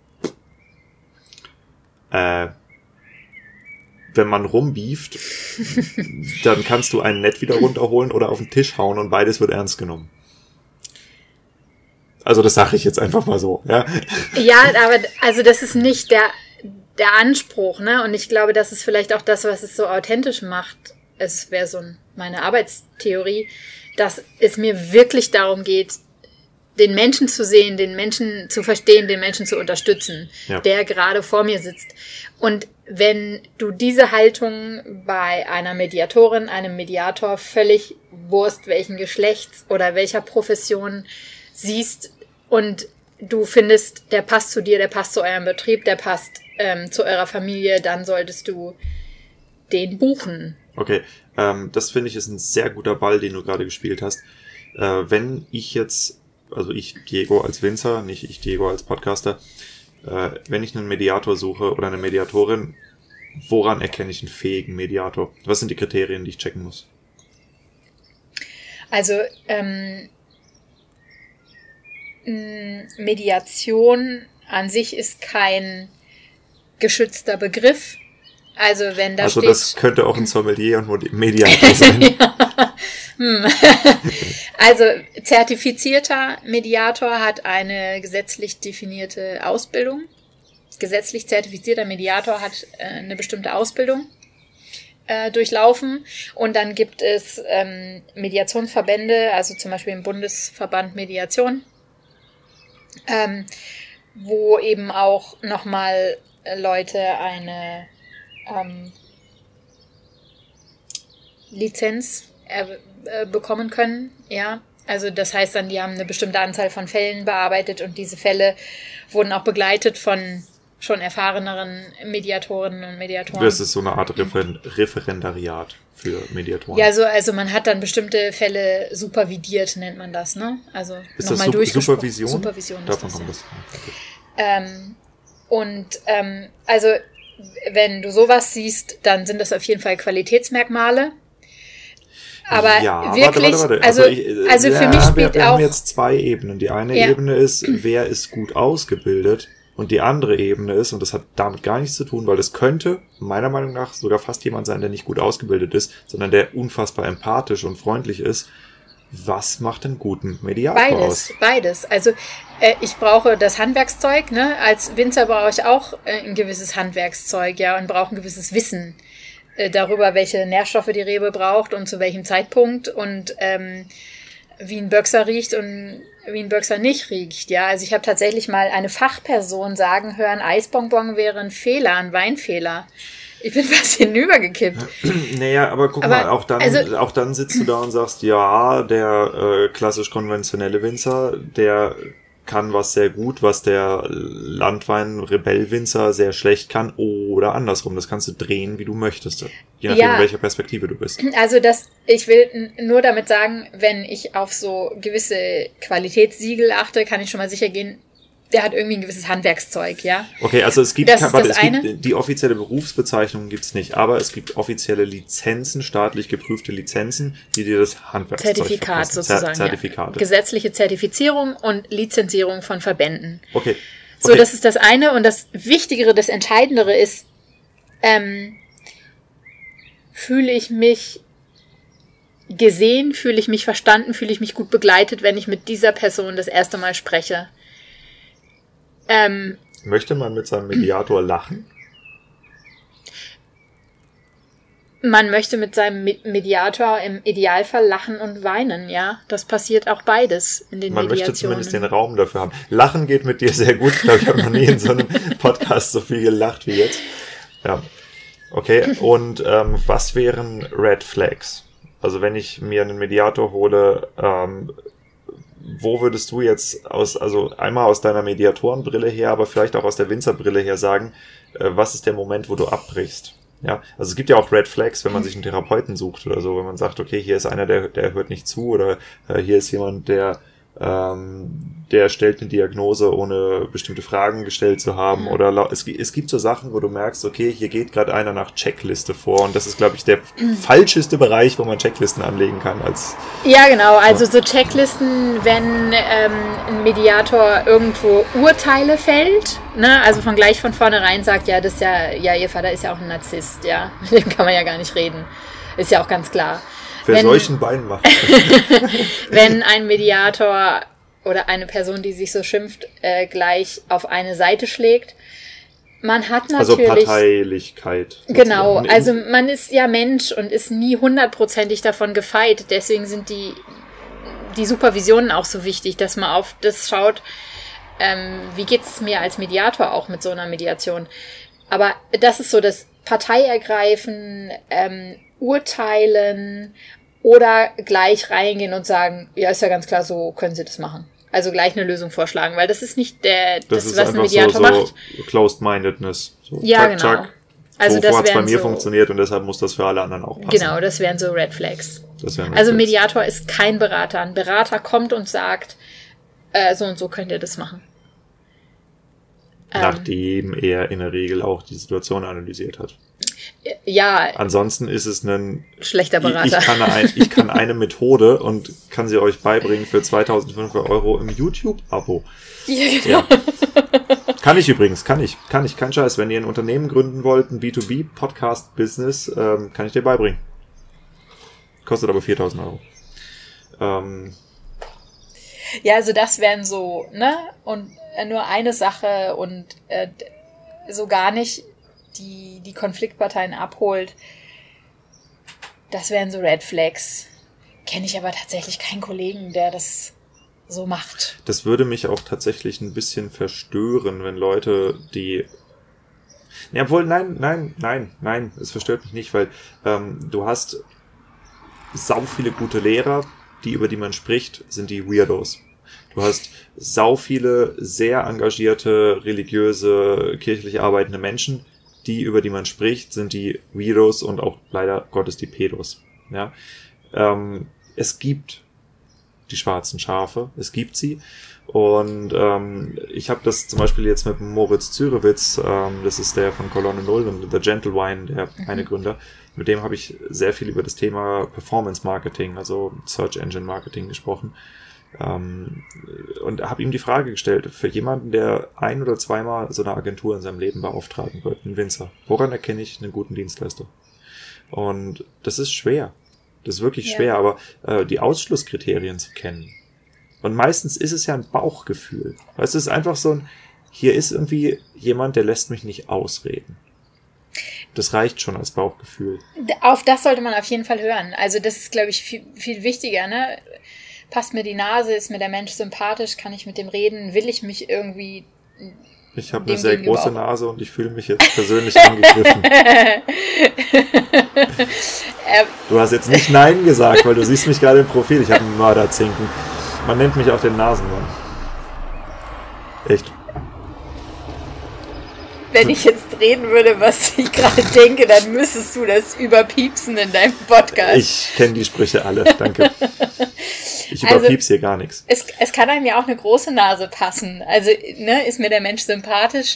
wenn man rumbieft, dann kannst du einen nett wieder runterholen oder auf den Tisch hauen und beides wird ernst genommen. Also das sage ich jetzt einfach mal so, ja. Ja, aber also das ist nicht der Anspruch, ne? Und ich glaube, das ist vielleicht auch das, was es so authentisch macht. Es wäre so meine Arbeitstheorie, dass es mir wirklich darum geht, den Menschen zu sehen, den Menschen zu verstehen, den Menschen zu unterstützen, der gerade vor mir sitzt. Und wenn du diese Haltung bei einer Mediatorin, einem Mediator, völlig Wurst welchen Geschlechts oder welcher Profession siehst und du findest, der passt zu dir, der passt zu eurem Betrieb, der passt zu eurer Familie, dann solltest du den buchen. Okay, das finde ich ist ein sehr guter Ball, den du gerade gespielt hast. Wenn ich jetzt, also ich, Diego als Winzer, nicht ich, Diego als Podcaster, wenn ich einen Mediator suche oder eine Mediatorin, woran erkenne ich einen fähigen Mediator? Was sind die Kriterien, die ich checken muss? Also Mediation an sich ist kein geschützter Begriff. Also wenn da steht... das könnte auch ein Sommelier und Mediator sein. Ja. Also zertifizierter Mediator hat eine gesetzlich definierte Ausbildung. Gesetzlich zertifizierter Mediator hat eine bestimmte Ausbildung durchlaufen. Und dann gibt es Mediationsverbände, also zum Beispiel im Bundesverband Mediation, wo eben auch nochmal Leute eine Lizenz bekommen können, ja. Also das heißt dann, die haben eine bestimmte Anzahl von Fällen bearbeitet und diese Fälle wurden auch begleitet von schon erfahreneren Mediatorinnen und Mediatoren. Das ist so eine Art Referendariat für Mediatoren. Ja, also man hat dann bestimmte Fälle supervidiert, nennt man das, ne? Also nochmal durchgesprochen. Supervision davon ist das, kommt das. Okay. Also wenn du sowas siehst, dann sind das auf jeden Fall Qualitätsmerkmale. Aber ja, wirklich, warte. Also für mich spielt wir auch... haben jetzt zwei Ebenen. Die eine Ebene ist, wer ist gut ausgebildet, und die andere Ebene ist, und das hat damit gar nichts zu tun, weil das könnte meiner Meinung nach sogar fast jemand sein, der nicht gut ausgebildet ist, sondern der unfassbar empathisch und freundlich ist. Was macht einen guten Mediator aus? Beides. Also ich brauche das Handwerkszeug, ne? Als Winzer brauche ich auch ein gewisses Handwerkszeug, ja, und brauche ein gewisses Wissen darüber, welche Nährstoffe die Rebe braucht und zu welchem Zeitpunkt und wie ein Böxer riecht und wie ein Böxer nicht riecht. Ja, also ich habe tatsächlich mal eine Fachperson sagen hören, Eisbonbon wäre ein Fehler, ein Weinfehler. Ich bin fast hinübergekippt. Naja, aber guck mal, auch dann sitzt du da und sagst, ja, der klassisch konventionelle Winzer, der kann was sehr gut, was der Landwein-Rebell-Winzer sehr schlecht kann, oder andersrum. Das kannst du drehen, wie du möchtest. Je nachdem, in welcher Perspektive du bist. Also ich will nur damit sagen, wenn ich auf so gewisse Qualitätssiegel achte, kann ich schon mal sicher gehen, der hat irgendwie ein gewisses Handwerkszeug, ja. Okay, also es gibt die offizielle Berufsbezeichnung gibt's nicht, aber es gibt offizielle Lizenzen, staatlich geprüfte Lizenzen, die dir das Handwerkszeug Zertifikat sozusagen. Zertifikate. Ja. Gesetzliche Zertifizierung und Lizenzierung von Verbänden. Okay. So, das ist das eine, und das Wichtigere, das Entscheidendere ist, fühle ich mich gesehen, fühle ich mich verstanden, fühle ich mich gut begleitet, wenn ich mit dieser Person das erste Mal spreche. Möchte man mit seinem Mediator lachen? Man möchte mit seinem Mediator im Idealfall lachen und weinen, ja. Das passiert auch beides in den Mediationen. Man möchte zumindest den Raum dafür haben. Lachen geht mit dir sehr gut. Ich glaube, ich habe noch nie in so einem Podcast so viel gelacht wie jetzt. Ja, okay. Und was wären Red Flags? Also wenn ich mir einen Mediator hole, wo würdest du jetzt einmal aus deiner Mediatorenbrille her, aber vielleicht auch aus der Winzerbrille her sagen, was ist der Moment, wo du abbrichst? Ja, also es gibt ja auch Red Flags, wenn man sich einen Therapeuten sucht oder so, wenn man sagt, okay, hier ist einer, der hört nicht zu, oder hier ist jemand, der stellt eine Diagnose, ohne bestimmte Fragen gestellt zu haben, oder es gibt so Sachen, wo du merkst, okay, hier geht gerade einer nach Checkliste vor, und das ist, glaube ich, der falscheste Bereich, wo man Checklisten anlegen kann. Ja, genau, also so Checklisten, wenn ein Mediator irgendwo Urteile fällt, ne, also gleich von vornherein sagt, ja, das ist ja, ihr Vater ist ja auch ein Narzisst, ja, mit dem kann man ja gar nicht reden, ist ja auch ganz klar. Wer solchen Bein macht. Wenn ein Mediator oder eine Person, die sich so schimpft, gleich auf eine Seite schlägt, man hat natürlich... Also Parteilichkeit. Genau, also man ist ja Mensch und ist nie 100%ig davon gefeit. Deswegen sind die Supervisionen auch so wichtig, dass man auf das schaut, wie geht es mir als Mediator auch mit so einer Mediation. Aber das ist so das Parteiergreifen, urteilen oder gleich reingehen und sagen, ja, ist ja ganz klar, so können Sie das machen. Also gleich eine Lösung vorschlagen, weil das ist nicht was ein Mediator macht. So Closed-Mindedness. So, ja, genau. Zack. Also so hat es bei mir funktioniert, und deshalb muss das für alle anderen auch passen. Genau, das wären so Red Flags. Also Mediator ist kein Berater. Ein Berater kommt und sagt, so und so könnt ihr das machen. Nachdem er in der Regel auch die Situation analysiert hat. Ja. Ansonsten ist es ein schlechter Berater. Ich kann eine Methode und kann sie euch beibringen für 2.500 € im YouTube-Abo. Ja, genau. Ja. Kann ich übrigens, kein Scheiß. Wenn ihr ein Unternehmen gründen wollt, ein B2B-Podcast-Business, kann ich dir beibringen. Kostet aber 4.000 €. Ja, also das wären so, ne? Und nur eine Sache und so gar nicht die Konfliktparteien abholt. Das wären so Red Flags. Kenne ich aber tatsächlich keinen Kollegen, der das so macht. Das würde mich auch tatsächlich ein bisschen verstören, wenn Leute, die... Ja, obwohl, nein, es verstört mich nicht, weil du hast sau viele gute Lehrer, über die man spricht, sind die Weirdos. Du hast sau viele sehr engagierte, religiöse, kirchlich arbeitende Menschen, über die man spricht, sind die Weirdos und auch leider Gottes die Pedos. Ja? Es gibt die schwarzen Schafe, es gibt sie. Und ich habe das zum Beispiel jetzt mit Moritz Zürewitz, das ist der von Kolonne Null und The Gentle Wine, der eine Gründer, mit dem habe ich sehr viel über das Thema Performance Marketing, also Search Engine Marketing gesprochen. Und habe ihm die Frage gestellt, für jemanden, der 1- oder zweimal so eine Agentur in seinem Leben beauftragen wird, einen Winzer, woran erkenne ich einen guten Dienstleister? Und das ist schwer. Das ist wirklich schwer, aber die Ausschlusskriterien zu kennen. Und meistens ist es ja ein Bauchgefühl. Es ist einfach so hier ist irgendwie jemand, der lässt mich nicht ausreden. Das reicht schon als Bauchgefühl. Auf das sollte man auf jeden Fall hören. Also das ist, glaube ich, viel, viel wichtiger, ne? passt mir die Nase, ist mir der Mensch sympathisch, kann ich mit dem reden, will ich mich irgendwie... Ich habe eine sehr große Nase und ich fühle mich jetzt persönlich angegriffen. Du hast jetzt nicht Nein gesagt, weil du siehst mich gerade im Profil. Ich habe einen Mörderzinken. Man nennt mich auch den Nasenmann. Echt. Wenn ich jetzt reden würde, was ich gerade denke, dann müsstest du das überpiepsen in deinem Podcast. Ich kenne die Sprüche alle, danke. Ich überpiepse hier gar nichts. Es kann einem ja auch eine große Nase passen. Also, ne, ist mir der Mensch sympathisch,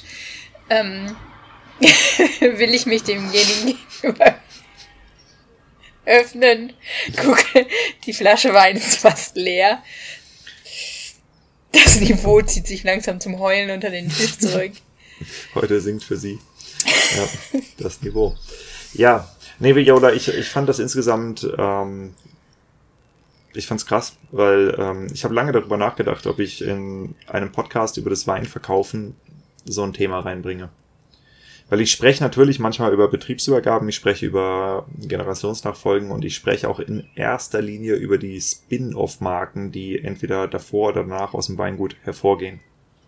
will ich mich demjenigen gegenüber öffnen. Gucke, die Flasche Wein ist fast leer. Das Niveau zieht sich langsam zum Heulen unter den Tisch zurück. Heute singt für sie. Ja, das Niveau. Ja, nee, Viola, ich fand das insgesamt, ich fand's krass, weil ich habe lange darüber nachgedacht, ob ich in einem Podcast über das Weinverkaufen so ein Thema reinbringe. Weil ich spreche natürlich manchmal über Betriebsübergaben, ich spreche über Generationsnachfolgen und ich spreche auch in erster Linie über die Spin-off-Marken, die entweder davor oder danach aus dem Weingut hervorgehen.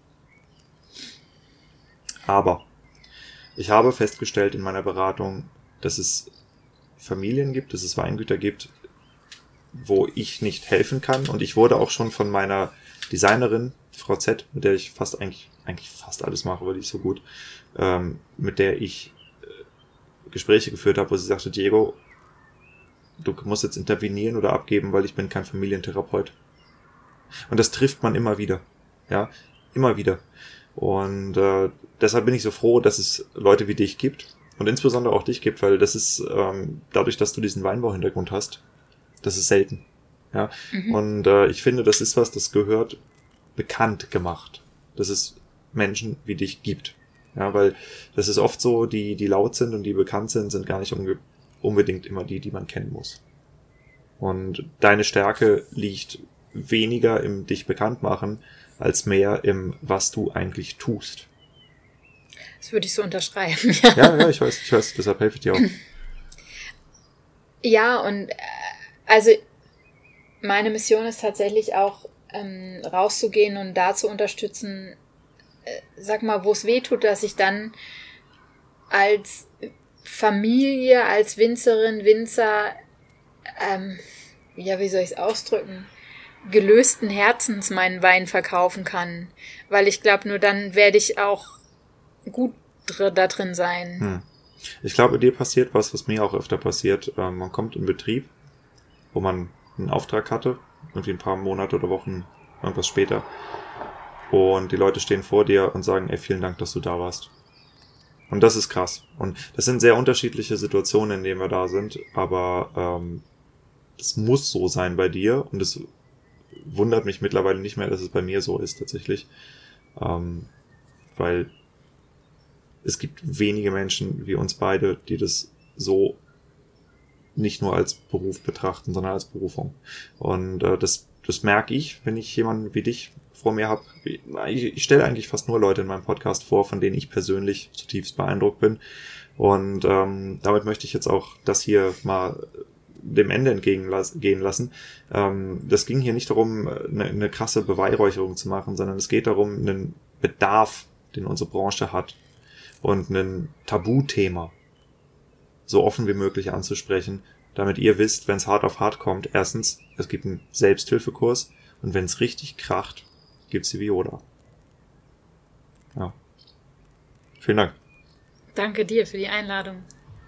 Aber ich habe festgestellt in meiner Beratung, dass es Familien gibt, dass es Weingüter gibt, wo ich nicht helfen kann. Und ich wurde auch schon von meiner Designerin, Frau Z, mit der ich eigentlich fast alles mache, weil die ist so gut, mit der ich Gespräche geführt habe, wo sie sagte, Diego, du musst jetzt intervenieren oder abgeben, weil ich bin kein Familientherapeut. Und das trifft man immer wieder. Ja, immer wieder. Und deshalb bin ich so froh, dass es Leute wie dich gibt und insbesondere auch dich gibt, weil das ist dadurch, dass du diesen Weinbauhintergrund hast, das ist selten. Ja. Mhm. Und ich finde, das ist was, das gehört bekannt gemacht, dass es Menschen wie dich gibt. Ja, weil das ist oft so, die laut sind und die bekannt sind gar nicht unbedingt immer die man kennen muss. Und deine Stärke liegt weniger im dich bekannt machen, als mehr im, was du eigentlich tust. Das würde ich so unterschreiben. Ja, ich weiß, deshalb helfe ich dir auch. Ja, und also meine Mission ist tatsächlich auch, rauszugehen und da zu unterstützen, sag mal, wo es weh tut, dass ich dann als Familie, als Winzerin, Winzer, wie soll ich es ausdrücken, gelösten Herzens meinen Wein verkaufen kann. Weil ich glaube, nur dann werde ich auch gut da drin sein. Ich glaube, dir passiert was mir auch öfter passiert. Man kommt in Betrieb, wo man einen Auftrag hatte, irgendwie ein paar Monate oder Wochen, irgendwas später. Und die Leute stehen vor dir und sagen, ey, vielen Dank, dass du da warst. Und das ist krass. Und das sind sehr unterschiedliche Situationen, in denen wir da sind, aber das muss so sein bei dir und es wundert mich mittlerweile nicht mehr, dass es bei mir so ist tatsächlich. Weil es gibt wenige Menschen wie uns beide, die das so nicht nur als Beruf betrachten, sondern als Berufung. Und das merke ich, wenn ich jemanden wie dich vor mir habe. Ich stelle eigentlich fast nur Leute in meinem Podcast vor, von denen ich persönlich zutiefst beeindruckt bin. Und damit möchte ich jetzt auch das hier mal dem Ende entgegengehen lassen. Das ging hier nicht darum, eine krasse Beweihräucherung zu machen, sondern es geht darum, einen Bedarf, den unsere Branche hat und ein Tabuthema so offen wie möglich anzusprechen, damit ihr wisst, wenn es hart auf hart kommt, erstens, es gibt einen Selbsthilfekurs und wenn es richtig kracht, gibt's die Viola. Ja. Vielen Dank. Danke dir für die Einladung.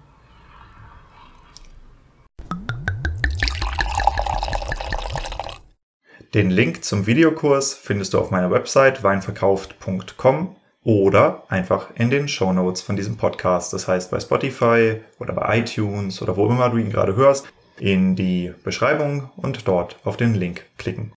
Den Link zum Videokurs findest du auf meiner Website weinverkauft.com oder einfach in den Shownotes von diesem Podcast. Das heißt bei Spotify oder bei iTunes oder wo immer du ihn gerade hörst, in die Beschreibung und dort auf den Link klicken.